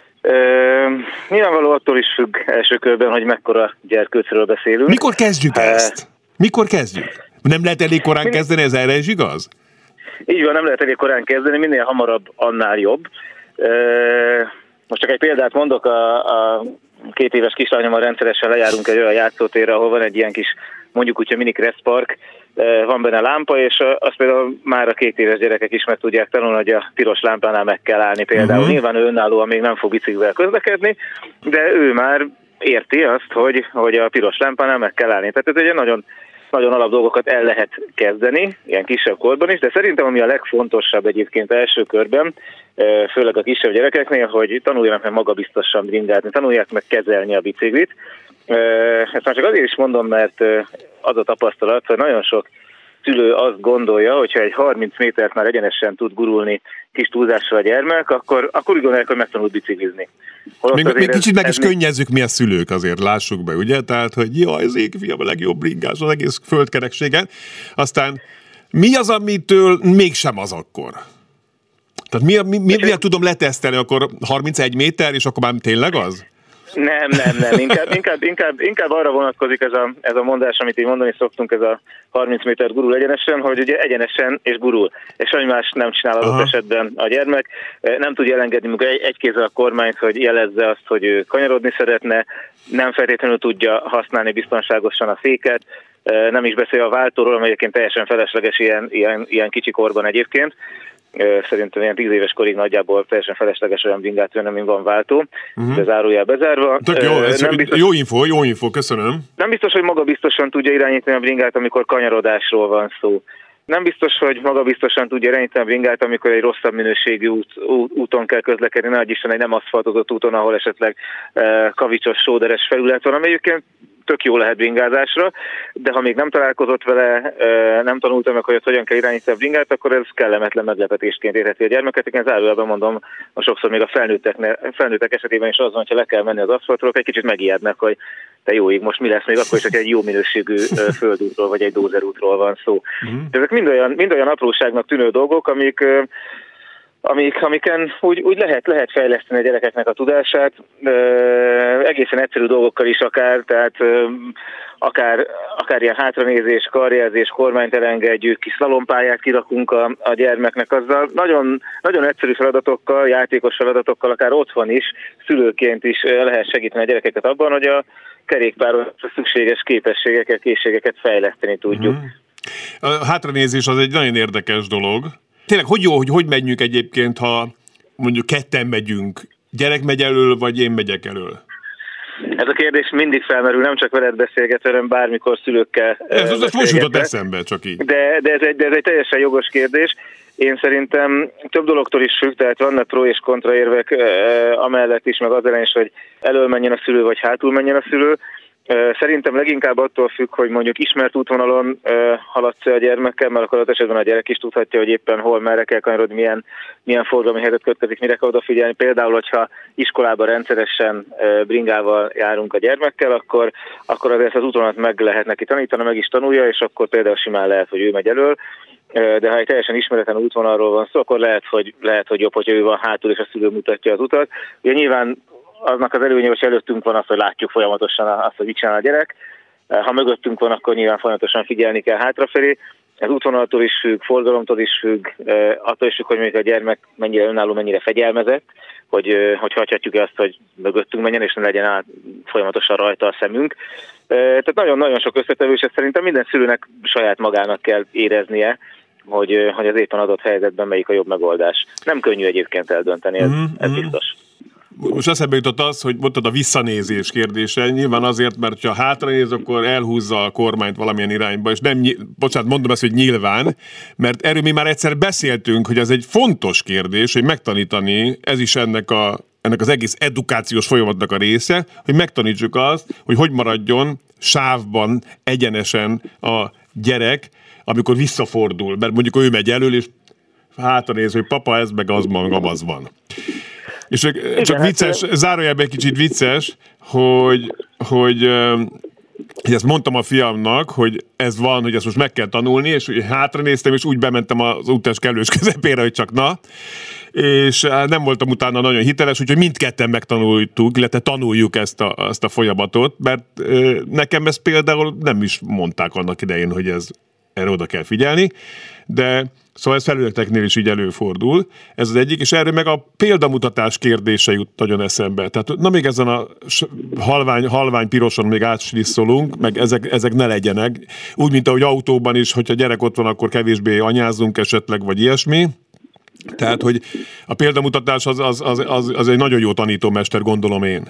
Speaker 5: Ö, nyilvánvaló attól is függ első körben, hogy mekkora gyerkőcről beszélünk.
Speaker 2: Mikor kezdjük ezt? Mikor kezdjük? Nem lehet elég korán Min... kezdeni, ez erre is igaz?
Speaker 5: Így van, nem lehet elég korán kezdeni, minél hamarabb, annál jobb. Ö, most csak egy példát mondok, a, a két éves kislányommal rendszeresen lejárunk egy olyan játszótérre, ahol van egy ilyen kis, mondjuk úgy, a mini Crest-park, van benne lámpa, és azt például már a két éves gyerekek is meg tudják tanulni, hogy a piros lámpánál meg kell állni például. Uh-huh. Nyilván ő önállóan még nem fog biciklivel közlekedni, de ő már érti azt, hogy, hogy a piros lámpánál meg kell állni. Tehát ez egy nagyon, nagyon alap dolgokat el lehet kezdeni, ilyen kisebb korban is, de szerintem ami a legfontosabb egyébként első körben, főleg a kisebb gyerekeknél, hogy tanuljanak meg magabiztosan bringázni, tanulják meg kezelni a biciklit. Ezt már csak azért is mondom, mert az a tapasztalat, hogy nagyon sok szülő azt gondolja, hogyha egy harminc métert már egyenesen tud gurulni kis túlzással a gyermek, akkor, akkor úgy gondolják, hogy megtanul biciklizni.
Speaker 2: Még, még kicsit meg is ez könnyezzük mi a szülők, azért lássuk be, ugye? Tehát, hogy jaj, az ég fiam a legjobb bringás az egész földkerekségen. Aztán mi az, amitől mégsem az akkor? Tehát mi, mi, mi, miért tudom letesztelni, akkor harmincegy méter, és akkor már tényleg az?
Speaker 5: Nem, nem, nem. Inkább, inkább, inkább, inkább arra vonatkozik ez a, ez a mondás, amit így mondani szoktunk, ez a harminc méter gurul egyenesen, hogy ugye egyenesen és gurul. És semmi más nem csinál adott esetben a gyermek. Nem tudja elengedni maga egy, egy kézzel a kormányt, hogy jelezze azt, hogy ő kanyarodni szeretne, nem feltétlenül tudja használni biztonságosan a féket, nem is beszél a váltóról, amely egyébként teljesen felesleges ilyen, ilyen, ilyen kicsi korban egyébként. Szerintem ilyen tíz éves korig nagyjából teljesen felesleges olyan bringát venni, mint van váltó, uh-huh. de zárójel bezárva.
Speaker 2: Tök jó, ez nem biztos, jó info, jó info, köszönöm.
Speaker 5: Nem biztos, hogy maga biztosan tudja irányítani a bringát, amikor kanyarodásról van szó. Nem biztos, hogy magabiztosan tudja irányítani a bringát, amikor egy rosszabb minőségű út, út, úton kell közlekedni, nagy Isten egy nem aszfaltozott úton, ahol esetleg e, kavicsos, sóderes felület van, amelyik tök jó lehet bringázásra, de ha még nem találkozott vele, nem tanultam meg, hogy ott hogyan kell irányítani a bringát, akkor ez kellemetlen meglepetésként érheti a gyermeket. Igen, zárójelben mondom, sokszor még a felnőttek, felnőttek esetében is az van, hogyha le kell menni az aszfaltról, egy kicsit megijednek, hogy te jó ég, most mi lesz még akkor is, hogy egy jó minőségű földútról vagy egy dózerútról van szó. Mm. Ezek mind olyan, mind olyan apróságnak tűnő dolgok, amik Amik, amiken úgy, úgy lehet, lehet fejleszteni a gyerekeknek a tudását, e, egészen egyszerű dolgokkal is akár, tehát e, akár, akár ilyen hátranézés, karjelzés, kormányt elengedjük, kis szlalompályát kirakunk a, a gyermeknek, azzal nagyon, nagyon egyszerű feladatokkal, játékos feladatokkal, akár otthon is, szülőként is lehet segíteni a gyerekeket abban, hogy a kerékpáros szükséges képességeket, készségeket fejleszteni tudjuk.
Speaker 2: Mm. A hátranézés az egy nagyon érdekes dolog. Tényleg, hogy jó, hogy hogy menjünk egyébként, ha mondjuk ketten megyünk, gyerek megy elől, vagy én megyek elől?
Speaker 5: Ez a kérdés mindig felmerül, nem csak veled beszélgetve, hanem bármikor szülőkkel.
Speaker 2: Ez az most jutott eszembe, csak így.
Speaker 5: De, de, ez egy, de ez egy teljesen jogos kérdés. Én szerintem több dologtól is függ, tehát vannak pro és kontra érvek eh, amellett is, meg az ellen is, hogy elől menjen a szülő, vagy hátul menjen a szülő. Szerintem leginkább attól függ, hogy mondjuk ismert útvonalon uh, haladsz a gyermekkel, mert akkor az esetben a gyerek is tudhatja, hogy éppen hol, merre kell kanyarodni, milyen, milyen forgalmi helyzet kötkezik, mire kell odafigyelni. Például, hogyha iskolában rendszeresen uh, bringával járunk a gyermekkel, akkor, akkor azért az útvonalat meg lehet neki tanítani, meg is tanulja, és akkor például simán lehet, hogy ő megy elől. De ha egy teljesen ismeretlen útvonalról van szó, akkor lehet, hogy, lehet, hogy jobb, hogyha ő van hátul, és a szülő mutatja az utat. Ugye nyilván aznak az előnye, hogy előttünk van az, hogy látjuk folyamatosan azt, hogy mit csinál a gyerek. Ha mögöttünk van, akkor nyilván folyamatosan figyelni kell hátrafelé. Ez útvonaltól is függ, forgalomtól is függ, attól is függ, hogy mondjuk a gyermek mennyire önálló, mennyire fegyelmezett, hogy, hogy hagyhatjuk azt, hogy mögöttünk menjen, és ne legyen át folyamatosan rajta a szemünk. Tehát nagyon-nagyon sok összetevő, és szerintem minden szülőnek saját magának kell éreznie, hogy, hogy az éppen adott helyzetben melyik a jobb megoldás. Nem könnyű egyébként eldönteni, ez, mm-hmm. ez biztos.
Speaker 2: Most eszembe jutott az, hogy mondtad a visszanézés kérdése. Nyilván azért, mert ha hátranéz, akkor elhúzza a kormányt valamilyen irányba, és nem, bocsánat, mondom ezt, hogy nyilván, mert erről mi már egyszer beszéltünk, hogy ez egy fontos kérdés, hogy megtanítani, ez is ennek a ennek az egész edukációs folyamatnak a része, hogy megtanítsuk azt, hogy hogy maradjon sávban egyenesen a gyerek, amikor visszafordul, mert mondjuk ő megy elől, és hátranéz, hogy papa, ez meg az van, az van. És csak Igen, vicces, hát, zárójelben egy kicsit vicces, hogy, hogy, hogy ezt mondtam a fiamnak, hogy ez van, hogy ezt most meg kell tanulni, és hátranéztem, és úgy bementem az útás kellős közepére, hogy csak na, és nem voltam utána nagyon hiteles, úgyhogy mindketten megtanultuk, illetve tanuljuk ezt a, ezt a folyamatot, mert nekem ezt például nem is mondták annak idején, hogy ez, erre oda kell figyelni, de szóval ez felületeknél is így előfordul. Ez az egyik, és erről meg a példamutatás kérdése jut nagyon eszembe. Tehát na még ezen a halvány, halvány piroson még átslisszolunk, meg ezek, ezek ne legyenek. Úgy, mint ahogy autóban is, hogyha gyerek ott van, akkor kevésbé anyázunk esetleg, vagy ilyesmi. Tehát, hogy a példamutatás az, az, az, az, az egy nagyon jó tanítómester, gondolom én.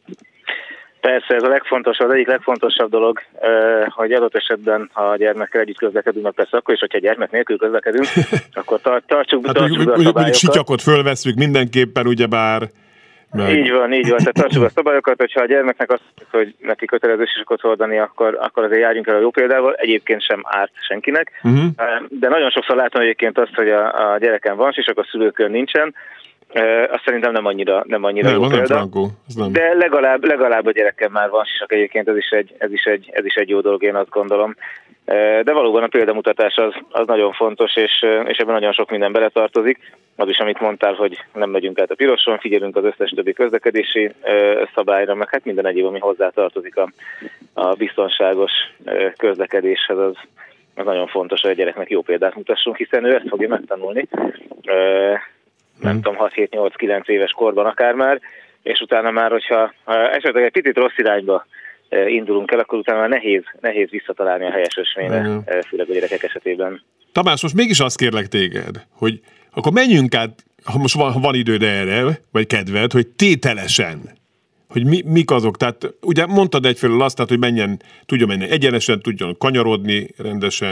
Speaker 5: Persze, ez a legfontosabb, az egyik legfontosabb dolog, hogy adott esetben, ha a gyermekkel együtt közlekedünk, meg persze akkor is, hogyha gyermek nélkül közlekedünk, akkor tartsuk, hát, tartsuk a szabályokat.
Speaker 2: Sityakot fölvesszük mindenképpen, ugyebár.
Speaker 5: Meg... Így van, így van, tehát tartsuk a szabályokat, hogyha a gyermeknek azt, hogy neki kötelezőséget hordani, akkor, akkor azért járjunk el a jó példával, egyébként sem árt senkinek. Uh-huh. De nagyon sokszor látom egyébként azt, hogy a, a gyereken van, és akkor a szülőkön nincsen. Uh, azt szerintem nem annyira, nem annyira
Speaker 2: nem,
Speaker 5: jó
Speaker 2: nem
Speaker 5: példa,
Speaker 2: frankó,
Speaker 5: de legalább, legalább a gyerekem már van sisak egyébként, ez is, egy, ez, is egy, ez is egy jó dolog, én azt gondolom. Uh, de valóban a példamutatás az, az nagyon fontos, és, és ebben nagyon sok minden beletartozik. Az is, amit mondtál, hogy nem megyünk át a piroson, figyelünk az összes többi közlekedési uh, szabályra, meg hát minden egyéb, ami hozzátartozik a, a biztonságos uh, közlekedéshez, az, az nagyon fontos, hogy a gyereknek jó példát mutassunk, hiszen ő ezt fogja megtanulni. Uh, nem tudom, hat-hét-nyolc-kilenc éves korban akár már, és utána már, hogyha esetleg egy picit rossz irányba indulunk el, akkor utána már nehéz, nehéz visszatalálni a helyes ösvényre, főleg a gyerekek esetében.
Speaker 2: Tamás, most mégis azt kérlek téged, hogy akkor menjünk át, ha most van, ha van időd erre, vagy kedved, hogy tételesen, hogy mi, mik azok, tehát ugye mondtad egyfelől azt, tehát, hogy menjen, tudjon menni egyenesen, tudjon kanyarodni rendesen,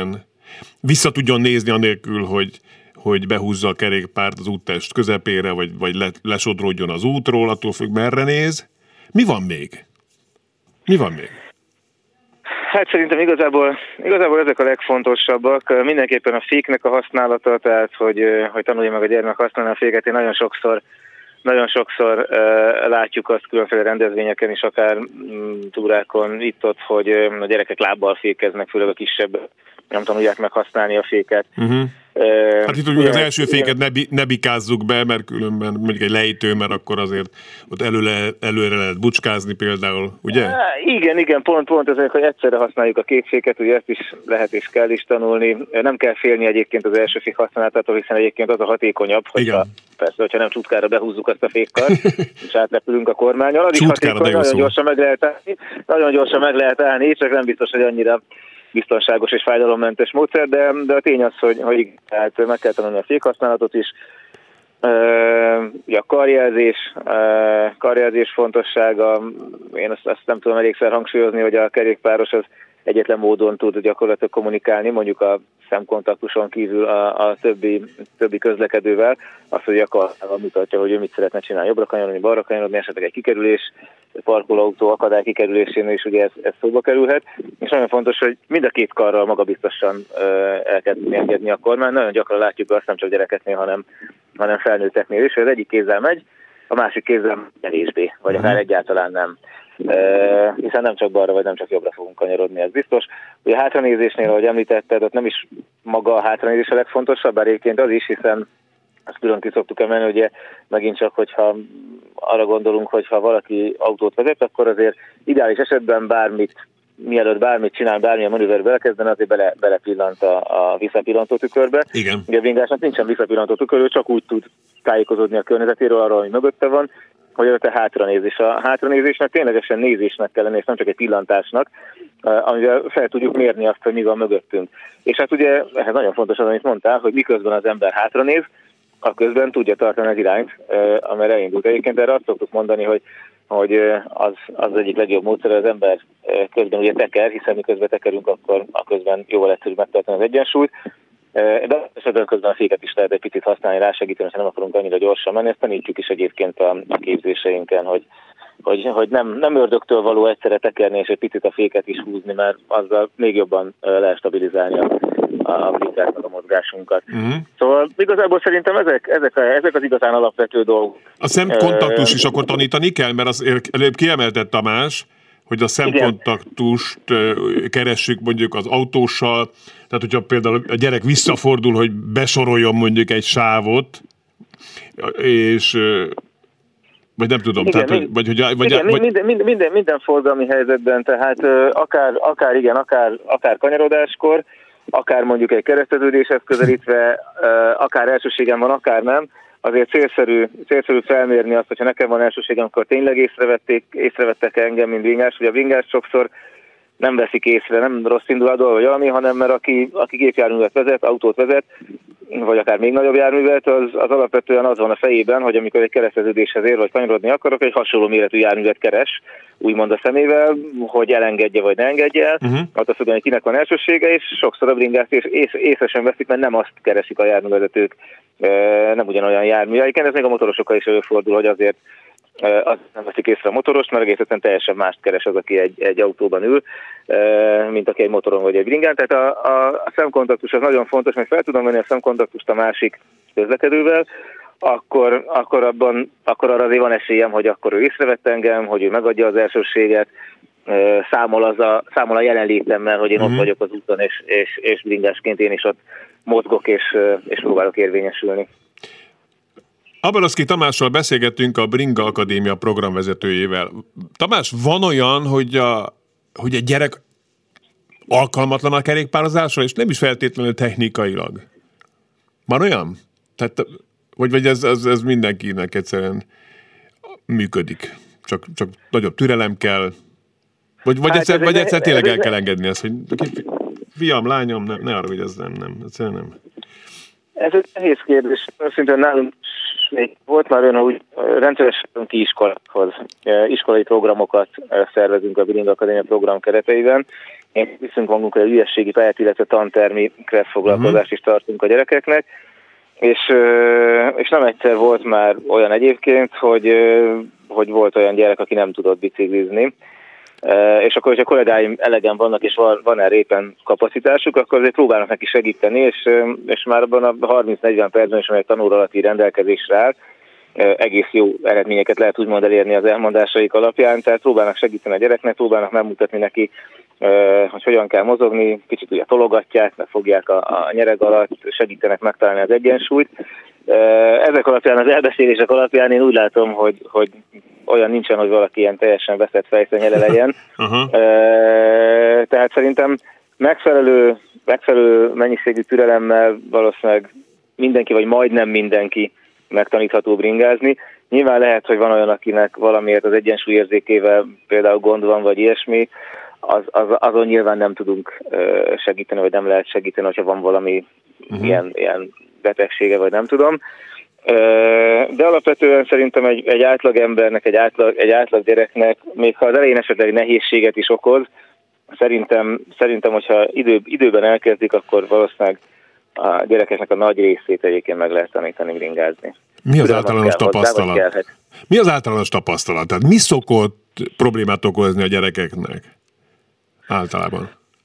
Speaker 2: vissza tudjon nézni anélkül, hogy, hogy behúzza a kerékpárt az úttest közepére, vagy, vagy le, lesodródjon az útról, attól függ, merre néz. Mi van még? Mi van még?
Speaker 5: Hát szerintem igazából, igazából ezek a legfontosabbak. Mindenképpen a féknek a használata, tehát hogy, hogy tanulja meg a gyermek használni a féket. Én nagyon sokszor, nagyon sokszor uh, látjuk azt különféle rendezvényeken is, akár um, túrákon itt-ott, hogy um, a gyerekek lábbal fékeznek, főleg a kisebb, nem tanulják meg használni a féket. Uh-huh.
Speaker 2: Uh, hát itt ugye az első féket ne, ne bikázzuk be, mert különben mondjuk egy lejtő, mert akkor azért ott előle, előre lehet bucskázni például, ugye? Uh,
Speaker 5: igen, igen, pont, pont ezek, hogy egyszerre használjuk a két féket, ugye ezt is lehet és kell is tanulni. Nem kell félni egyébként az első fék használatától, hiszen egyébként az a hatékonyabb, hogyha, persze, hogyha nem csutkára behúzzuk azt a fékkart, és átrepülünk a kormányon, az is hatékony, nagyon gyorsan meg lehet állni, nagyon gyorsan meg lehet állni, csak nem biztos, hogy annyira biztonságos és fájdalommentes módszer, de, de a tény az, hogy, hogy tehát meg kell tanulni a fékhasználatot is. Uh, a karjelzés, uh, karjelzés fontossága, én azt, azt nem tudom elégszer hangsúlyozni, hogy a kerékpáros az egyetlen módon tud gyakorlatilag kommunikálni, mondjuk a szemkontaktuson kívül a, a többi, többi közlekedővel, azt, hogy gyakorlatilag mutatja, hogy ő mit szeretne csinálni, jobbra kanyarodni, balra kanyarodni, esetleg egy kikerülés, parkolóautó akadály kikerülésénél is ugye ez, ez szóba kerülhet, és nagyon fontos, hogy mind a két karral magabiztosan uh, el kell tudni engedni a kormány. Nagyon gyakran látjuk azt nem csak gyerekeknél, hanem, hanem felnőtteknél is, hogy az egyik kézzel megy, a másik kézzel kevésbé, vagy akár egyáltalán nem. Uh, hiszen nem csak balra, vagy nem csak jobbra fogunk kanyarodni, ez biztos. Ugye a hátranézésnél, ahogy említetted, ott nem is maga a hátranézés a legfontosabb, bár egyébként az is, hiszen azt külön ki szoktuk emelni, ugye megint csak, hogyha arra gondolunk, hogy ha valaki autót vezet, akkor azért ideális esetben bármit, mielőtt bármit csinál, bármilyen manőverbe belekezdene, azért bele, belepillant a, a visszapillantó tükörbe.
Speaker 2: Igen.
Speaker 5: Ugye a bringásnak nincsen visszapillantó tükör, csak úgy tud tájékozódni a környezetéről, arról, ami mögötte van, hogy ez a hátranézés. A hátranézésnek ténylegesen nézésnek kell lenni, és nem csak egy pillantásnak, amivel fel tudjuk mérni azt, hogy mi van mögöttünk. És hát ugye ehhez nagyon fontos az, amit mondtál, hogy miközben az ember hátranéz, a közben tudja tartani az irányt, amire elindult. Egyébként erre azt szoktuk mondani, hogy, hogy az, az egyik legjobb módszer, az ember közben ugye teker, hiszen miközben tekerünk, akkor a közben jóval egyszerűbb megtartani az egyensúlyt. De esetben közben a féket is lehet egy picit használni, rásegíteni, ha nem akarunk annyira gyorsan menni. Ezt tanítjuk is egyébként a, a képzéseinken, hogy, hogy, hogy nem, nem ördögtől való egyszerre tekerni, és egy picit a féket is húzni, mert azzal még jobban lehet stabilizálni a, a bringát, meg a mozgásunkat. Uh-huh. Szóval igazából szerintem ezek, ezek, ezek az igazán alapvető dolgok.
Speaker 2: A szemkontaktus is akkor tanítani kell, mert az előbb kiemeltett Tamás, hogy a szemkontaktust igen. keressük mondjuk az autóssal, tehát hogyha például a gyerek visszafordul, hogy besoroljon mondjuk egy sávot, és vagy nem tudom,
Speaker 5: igen,
Speaker 2: tehát,
Speaker 5: mind,
Speaker 2: vagy, hogy, vagy,
Speaker 5: igen,
Speaker 2: vagy...
Speaker 5: Minden, minden, minden, minden forgalmi helyzetben, tehát akár, akár igen, akár, akár kanyarodáskor, akár mondjuk egy kereszteződéshez közelítve, akár elsőségem van, akár nem, azért célszerű, célszerű felmérni azt, hogyha nekem van elsőségem, akkor tényleg észrevették, észrevettek engem, mint bringás, hogy a bringás sokszor nem veszik észre, nem rossz indulatból vagy valami, hanem mert aki, aki gépjárművet vezet, autót vezet, vagy akár még nagyobb járművet, az, az alapvetően az van a fejében, hogy amikor egy kereszteződéshez ér, vagy kanyarodni akarok, egy hasonló méretű járművet keres, úgymond a szemével, hogy elengedje vagy ne engedje el, uh-huh. attól függően, hogy kinek van elsősége, és sokszor a bringászt ész, ész, észre sem veszik, mert nem azt keresik a járművezetők, nem ugyanolyan jármű. Egyébként ez még a motorosokkal is előfordul, hogy azért azt nem veszik észre a motorost, mert egészen teljesen mást keres az, aki egy, egy autóban ül, mint aki egy motoron vagy egy bringán. Tehát a, a, a szemkontaktus az nagyon fontos, mert fel tudom venni a szemkontaktust a másik közlekedővel, akkor, akkor, abban, akkor arra azért van esélyem, hogy akkor ő észrevett engem, hogy ő megadja az elsőséget, számol, az a, számol a jelenlétemmel, hogy én mm-hmm. ott vagyok az úton, és, és, és bringásként én is ott mozgok, és, és próbálok érvényesülni.
Speaker 2: Abaloszki Tamással beszélgettünk, a Bringa Akadémia programvezetőjével. Tamás, van olyan, hogy, a, hogy egy gyerek alkalmatlan a kerékpározásra, és nem is feltétlenül technikailag? Van olyan? Tehát, vagy, vagy ez, ez, ez mindenkinek egyszerűen működik? Csak, csak nagyobb türelem kell? Vagy, vagy, hát egyszer, vagy egyszer ne, tényleg el kell engedni ezt, hogy fiam, lányom, ne, ne arra, hogy ez nem, nem, egyszerűen nem.
Speaker 5: Ez egy nehéz kérdés. Szintén nálunk még volt már olyan, hogy rendszeresen ki iskolákhoz. Iskolai programokat szervezünk a Bringa Akadémia program kereteiben, én viszünk magunkra egy ügyességi pályát, illetve tantermi kresszfoglalkozást uh-huh. is tartunk a gyerekeknek, és, és nem egyszer volt már olyan egyébként, hogy, hogy volt olyan gyerek, aki nem tudott biciklizni, és akkor, hogyha kollégáim elegen vannak, és van, van erre éppen kapacitásuk, akkor azért próbálnak neki segíteni, és, és már abban a harminc-negyven percben is, amely tanóra alatti rendelkezésre áll, egész jó eredményeket lehet úgymond elérni az elmondásaik alapján, tehát próbálnak segíteni a gyereknek, próbálnak megmutatni neki, hogy hogyan kell mozogni, kicsit ugye tologatják, meg fogják a, a nyereg alatt, segítenek megtalálni az egyensúlyt. Ezek alapján, az elbeszélések alapján én úgy látom, hogy, hogy olyan nincsen, hogy valaki ilyen teljesen veszett fejszennyele legyen. Uh-huh. Tehát szerintem megfelelő, megfelelő mennyiségű türelemmel valószínűleg mindenki, vagy majdnem mindenki megtanítható bringázni. Nyilván lehet, hogy van olyan, akinek valamiért az egyensúlyérzékével például gond van, vagy ilyesmi, az, az, azon nyilván nem tudunk segíteni, vagy nem lehet segíteni, hogyha van valami uh-huh. ilyen, ilyen betegsége, vagy nem tudom. De alapvetően szerintem egy, egy átlag embernek, egy átlag, egy átlag gyereknek, még ha az elején esetleg nehézséget is okoz, szerintem, szerintem hogyha idő, időben elkezdik, akkor valószínűleg a gyerekeknek a nagy részét egyébként meg lehet tanítani bringázni.
Speaker 2: Mi az általános tapasztalat? Mi az általános tapasztalat? Tehát mi szokott problémát okozni a gyerekeknek általában?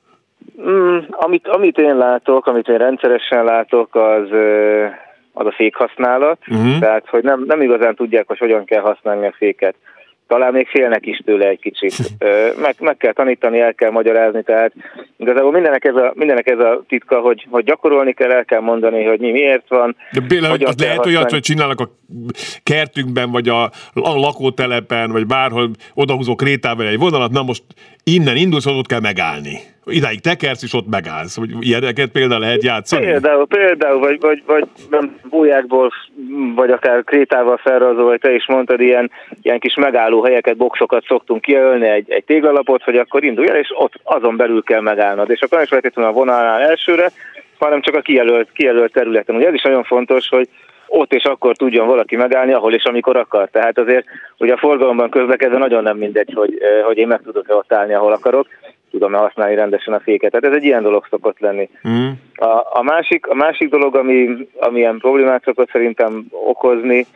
Speaker 5: Mm, amit, amit én látok, amit én rendszeresen látok, az, az a fékhasználat. Uh-huh. Tehát, hogy nem, nem igazán tudják, hogy hogyan kell használni a féket. Talán még félnek is tőle egy kicsit. Meg, meg kell tanítani, el kell magyarázni, tehát igazából mindenek ez a, mindenek ez a titka, hogy, hogy gyakorolni kell, el kell mondani, hogy mi miért van.
Speaker 2: De például az lehet olyat, hogy csinálnak a kertünkben, vagy a, a lakótelepen, vagy bárhol odahúzó krétával egy vonalat, na most innen indulsz, hogy ott kell megállni. Idáig tekersz, és ott megállsz. Hogy ilyeneket például lehet játszani?
Speaker 5: Például, például vagy, vagy, vagy bójákból, vagy akár krétával felrajzolva, vagy te is mondtad, ilyen, ilyen kis megálló helyeket, boxokat szoktunk kijelölni, egy, egy téglalapot, hogy akkor indulj el, és ott azon belül kell megállnod. És akkor nem is feltétlenül a vonalnál elsőre, hanem csak a kijelölt, kijelölt területen. Ugye ez is nagyon fontos, hogy ott és akkor tudjon valaki megállni, ahol és amikor akar. Tehát azért ugye a forgalomban közlekedve nagyon nem mindegy, hogy, hogy én meg tudok-e ott állni, ahol akarok, tudom-e használni rendesen a féket. Tehát ez egy ilyen dolog szokott lenni. Mm. A, a, másik, a másik dolog, ami, ami ilyen problémát szokott szerintem okozni,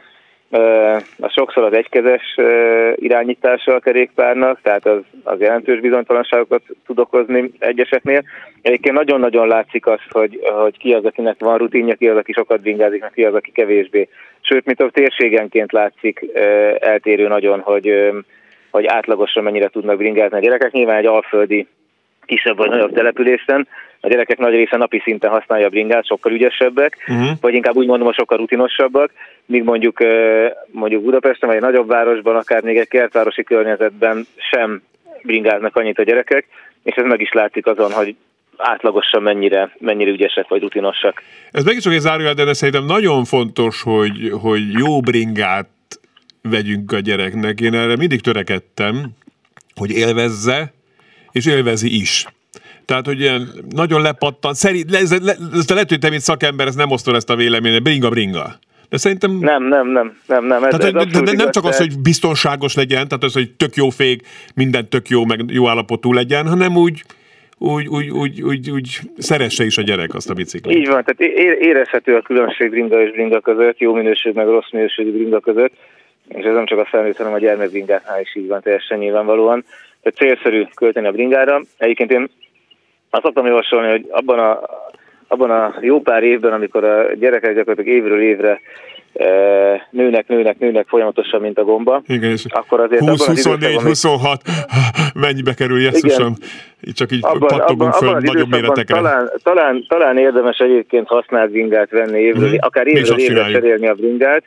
Speaker 5: a sokszor az egykezes irányítása a kerékpárnak, tehát az, az jelentős bizonytalanságokat tud okozni egyeseknél. Egyébként nagyon-nagyon látszik az, hogy, hogy ki az, akinek van rutinja, ki az, aki sokat bringázik, ki az, aki kevésbé. Sőt, mint a térségenként látszik eltérő nagyon, hogy, hogy átlagosan mennyire tudnak bringázni a gyerekek. Nyilván egy alföldi kisebb vagy nagyobb településen a gyerekek nagy része napi szinten használja a bringát, sokkal ügyesebbek, uh-huh. vagy inkább úgy mondom, hogy sokkal rutinosabbak, míg mondjuk, mondjuk Budapesten, vagy egy nagyobb városban, akár még egy kertvárosi környezetben sem bringáznak annyit a gyerekek, és ez meg is látszik azon, hogy átlagosan mennyire, mennyire ügyesek vagy rutinosak.
Speaker 2: Ez megint csak egy zárójel, de szerintem nagyon fontos, hogy, hogy jó bringát vegyünk a gyereknek. Én erre mindig törekedtem, hogy élvezze, és élvezi is. Tehát, hogy ilyen nagyon lepattan, szerint, ez, ez, ez lehet, hogy te, mint szakember, ezt nem osztod ezt a véleményet, bringa-bringa. De szerintem...
Speaker 5: Nem, nem, nem, nem, nem. Ez,
Speaker 2: tehát,
Speaker 5: ez
Speaker 2: de, de nem csak az, hogy biztonságos legyen, tehát az, hogy tök jó fék, minden tök jó, meg jó állapotú legyen, hanem úgy, úgy, úgy, úgy, úgy, úgy szeresse is a gyerek azt a biciklit.
Speaker 5: Így van, tehát érezhető a különbség bringa és bringa között, jó minőség meg rossz minőségű bringa között, és ez nem csak a felnőtt, hanem a gyermekbringáknál is így van, teljesen nyilvánvalóan. Tehát célszerű költeni a bringára. Egyébként én azt szoktam javasolni, hogy abban a, abban a jó pár évben, amikor a gyerekek gyakorlatilag évről évre e, nőnek, nőnek, nőnek folyamatosan, mint a gomba.
Speaker 2: Igen, és
Speaker 5: akkor azért
Speaker 2: húsz, huszonnégy, huszonhat, mennyibe kerül, Jézusom? Csak így abban, pattogunk föl nagyobb méretekre.
Speaker 5: Talán, talán, talán érdemes egyébként használt bringát venni évről, mm-hmm. akár évről évre cserélni a bringát.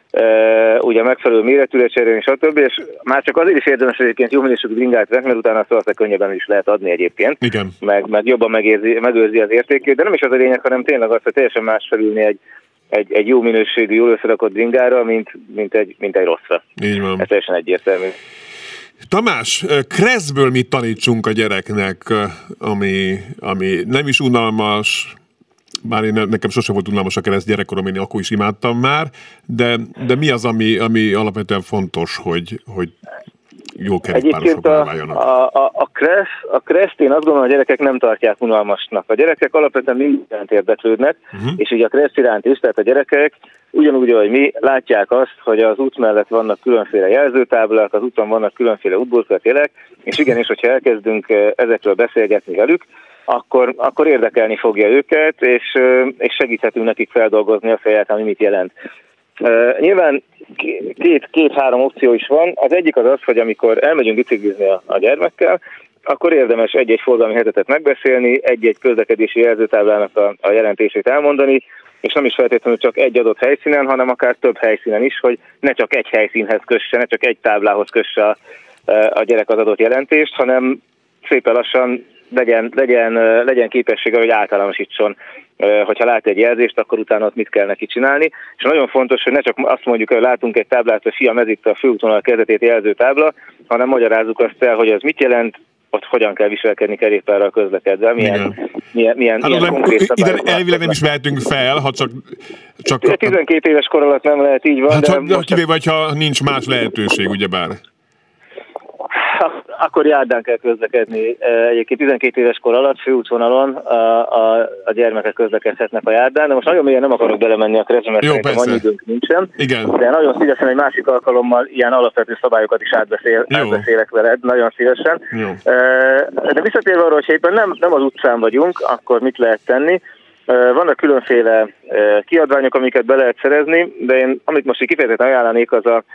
Speaker 5: Uh, ugye megfelelő méretűre cserélni, stb. És már csak azért is érdemes egyébként jó minőségű bringát venni, mert utána szóval könnyebben is lehet adni egyébként.
Speaker 2: Igen.
Speaker 5: Meg, meg jobban megérzi, megőrzi az értékét, de nem is az a lényeg, hanem tényleg az, hogy teljesen más felülni egy, egy, egy jó minőségű, jól összerakott bringára, mint, mint, egy, mint egy rosszra.
Speaker 2: Így van.
Speaker 5: Ez teljesen egyértelmű.
Speaker 2: Tamás, kresszből mit tanítsunk a gyereknek, ami, ami nem is unalmas, bár én, nekem sosem volt unalmas a kereszt gyerekkorom, én akkor is imádtam már, de, de mi az, ami, ami alapvetően fontos, hogy, hogy jó kerékpárosok váljanak.
Speaker 5: A, a, a Kressz, a Kreszt én azt gondolom, a gyerekek nem tartják unalmasnak. A gyerekek alapvetően mindent érdeklődnek, uh-huh. és így a Kressz iránt is, tehát a gyerekek ugyanúgy, ahogy mi, látják azt, hogy az út mellett vannak különféle jelzőtáblák, az úton vannak különféle útburkolatielek, és igenis, hogyha elkezdünk ezekről beszélgetni velük, akkor, akkor érdekelni fogja őket, és, és segíthetünk nekik feldolgozni azt, hogy egyáltalán mit jelent. Uh, nyilván két, két-három opció is van. Az egyik az az, hogy amikor elmegyünk biciklizni a, a gyermekkel, akkor érdemes egy-egy forgalmi helyzetet megbeszélni, egy-egy közlekedési jelzőtáblának a, a jelentését elmondani, és nem is feltétlenül csak egy adott helyszínen, hanem akár több helyszínen is, hogy ne csak egy helyszínhez kösse, ne csak egy táblához kösse a, a gyerek az adott jelentést, hanem szépen lassan legyen, legyen, legyen képessége, hogy általánosítson. Hogyha lát egy jelzést, akkor utána ott mit kell neki csinálni. És nagyon fontos, hogy ne csak azt mondjuk, hogy látunk egy táblát, hogy fiam, ez itt a főúton a kezdetét jelző tábla, hanem magyarázzuk azt el, hogy ez mit jelent, ott hogyan kell viselkedni kerékpárral közlekedve, milyen, milyen, milyen,
Speaker 2: hát
Speaker 5: milyen
Speaker 2: nem,
Speaker 5: konkrét szabályok.
Speaker 2: Ide elvileg nem is mehetünk fel, ha csak... csak
Speaker 5: tizenkét éves kor alatt nem lehet, így van.
Speaker 2: Hát
Speaker 5: de
Speaker 2: ha,
Speaker 5: most
Speaker 2: kivéve, hogyha nincs más lehetőség, ugyebár.
Speaker 5: Akkor járdán kell közlekedni. Egyébként tizenkét éves kor alatt főútvonalon a, a, a gyermekek közlekedhetnek a járdán, de most nagyon mélyen nem akarok belemenni a Kreszbe, mert szerintem annyi időnk nincsen.
Speaker 2: Igen.
Speaker 5: De nagyon szívesen egy másik alkalommal ilyen alapvető szabályokat is átbeszél, átbeszélek veled, nagyon szívesen. Jó. De visszatérve arra, hogy éppen nem, nem az utcán vagyunk, akkor mit lehet tenni? Vannak különféle kiadványok, amiket be lehet szerezni, de én amit most így kifejezetten ajánlanék, az a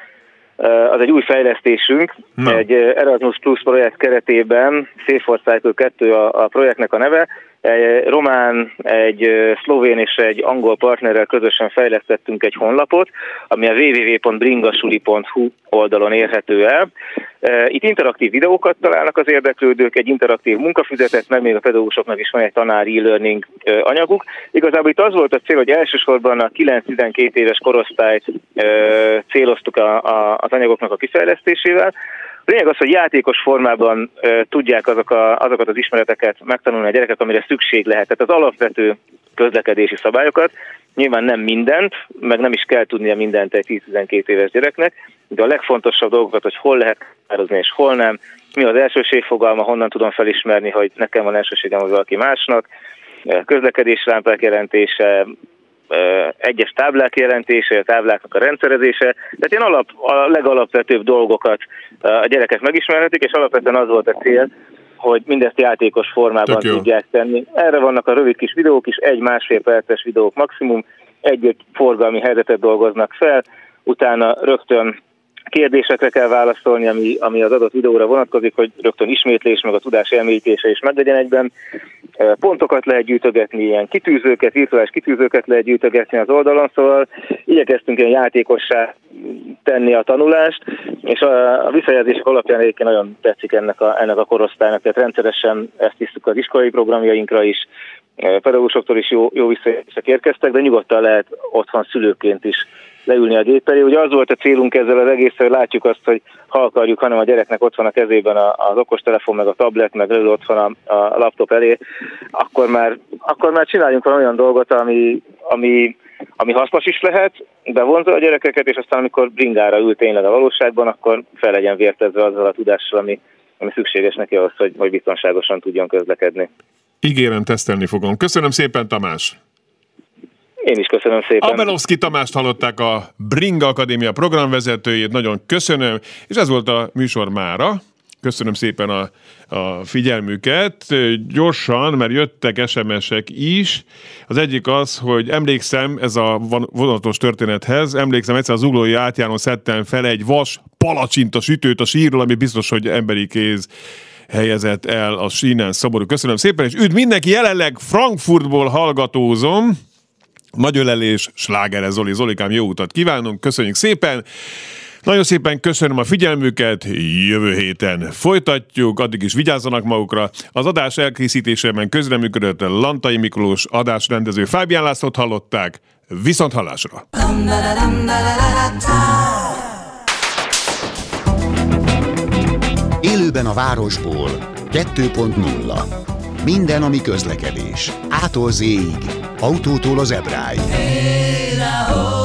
Speaker 5: az egy új fejlesztésünk, Na. egy Erasmus Plus projekt keretében, Safe for Cycle kettő a, a projektnek a neve, egy román, egy szlovén és egy angol partnerrel közösen fejlesztettünk egy honlapot, ami a double-u double-u double-u pont bringasuli pont hu oldalon érhető el. Itt interaktív videókat találnak az érdeklődők, egy interaktív munkafüzetet, meg még a pedagógusoknak is van egy tanári e-learning anyaguk. Igazából itt az volt a cél, hogy elsősorban a kilenc-tizenkét éves korosztályt céloztuk a, a, az anyagoknak a kifejlesztésével. A lényeg az, hogy játékos formában e, tudják azok a, azokat az ismereteket megtanulni a gyerekek, amire szükség lehet. Tehát az alapvető közlekedési szabályokat, nyilván nem mindent, meg nem is kell tudnia mindent egy tíz-tizenkét éves gyereknek, de a legfontosabb dolgokat, hogy hol lehet határozni és hol nem, mi az elsőségfogalma, honnan tudom felismerni, hogy nekem van elsőségem, vagy valaki másnak, közlekedéslámpák jelentése, egyes táblák jelentése, tábláknak a rendszerezése, tehát ilyen alap, a legalapvetőbb dolgokat a gyerekek megismerhetik, és alapvetően az volt a cél, hogy mindezt játékos formában tudják tenni. Erre vannak a rövid kis videók is, egy-másfél perces videók maximum, egy-egy forgalmi helyzetet dolgoznak fel, utána rögtön kérdésekre kell válaszolni, ami, ami az adott videóra vonatkozik, hogy rögtön ismétlés, meg a tudás elmélyítése is meglegyen egyben. Pontokat lehet gyűjtögetni, ilyen kitűzőket, virtuális kitűzőket lehet gyűjtögetni az oldalon, szóval igyekeztünk ilyen játékossá tenni a tanulást, és a, a visszajelzések alapján egyébként nagyon tetszik ennek a, ennek a korosztálynak, tehát rendszeresen ezt tisztük az iskolai programjainkra is, pedagógusoktól is jó, jó visszajelzések érkeztek, de nyugodtan lehet otthon szülőként is leülni a gép elé. Ugye az volt a célunk ezzel az egész, hogy látjuk azt, hogy ha akarjuk, hanem a gyereknek ott van a kezében az okostelefon, meg a tablet, meg leül ott van a, a laptop elé, akkor már, akkor már csináljunk valami olyan dolgot, ami, ami, ami hasznos is lehet, bevonza a gyerekeket, és aztán amikor bringára ül tényleg a valóságban, akkor fel legyen vértezve azzal a tudással, ami, ami szükséges neki ahhoz, hogy, hogy biztonságosan tudjon közlekedni.
Speaker 2: Ígérem, tesztelni fogom. Köszönöm szépen, Tamás!
Speaker 5: Én is köszönöm szépen.
Speaker 2: Abelovszky Tamást hallották, a Bringa Akadémia programvezetőjét, nagyon köszönöm, és ez volt a műsor mára. Köszönöm szépen a, a figyelmüket. Gyorsan, mert jöttek es em es-ek is. Az egyik az, hogy emlékszem, ez a vonatos történethez, emlékszem, egyszer az Zuglói átjárón szedtem fel egy vas palacsinta sütőt a sírról, ami biztos, hogy emberi kéz helyezett el a sínen. Szomorú. Köszönöm szépen, és üdv mindenki, jelenleg Frankfurtból hallgatózom. Nagy ölelés, slágere Zoli. Zolikám, jó utat kívánunk, köszönjük szépen. Nagyon szépen köszönöm a figyelmüket, jövő héten folytatjuk, addig is vigyázzanak magukra. Az adás elkészítésében közreműködött Lantai Miklós, adásrendező Fábián Lászlót hallották, viszont hallásra.
Speaker 1: Élőben a városból kettő pont nulla. Minden, ami közlekedés. Ától Z-ig, autótól az Ebráig.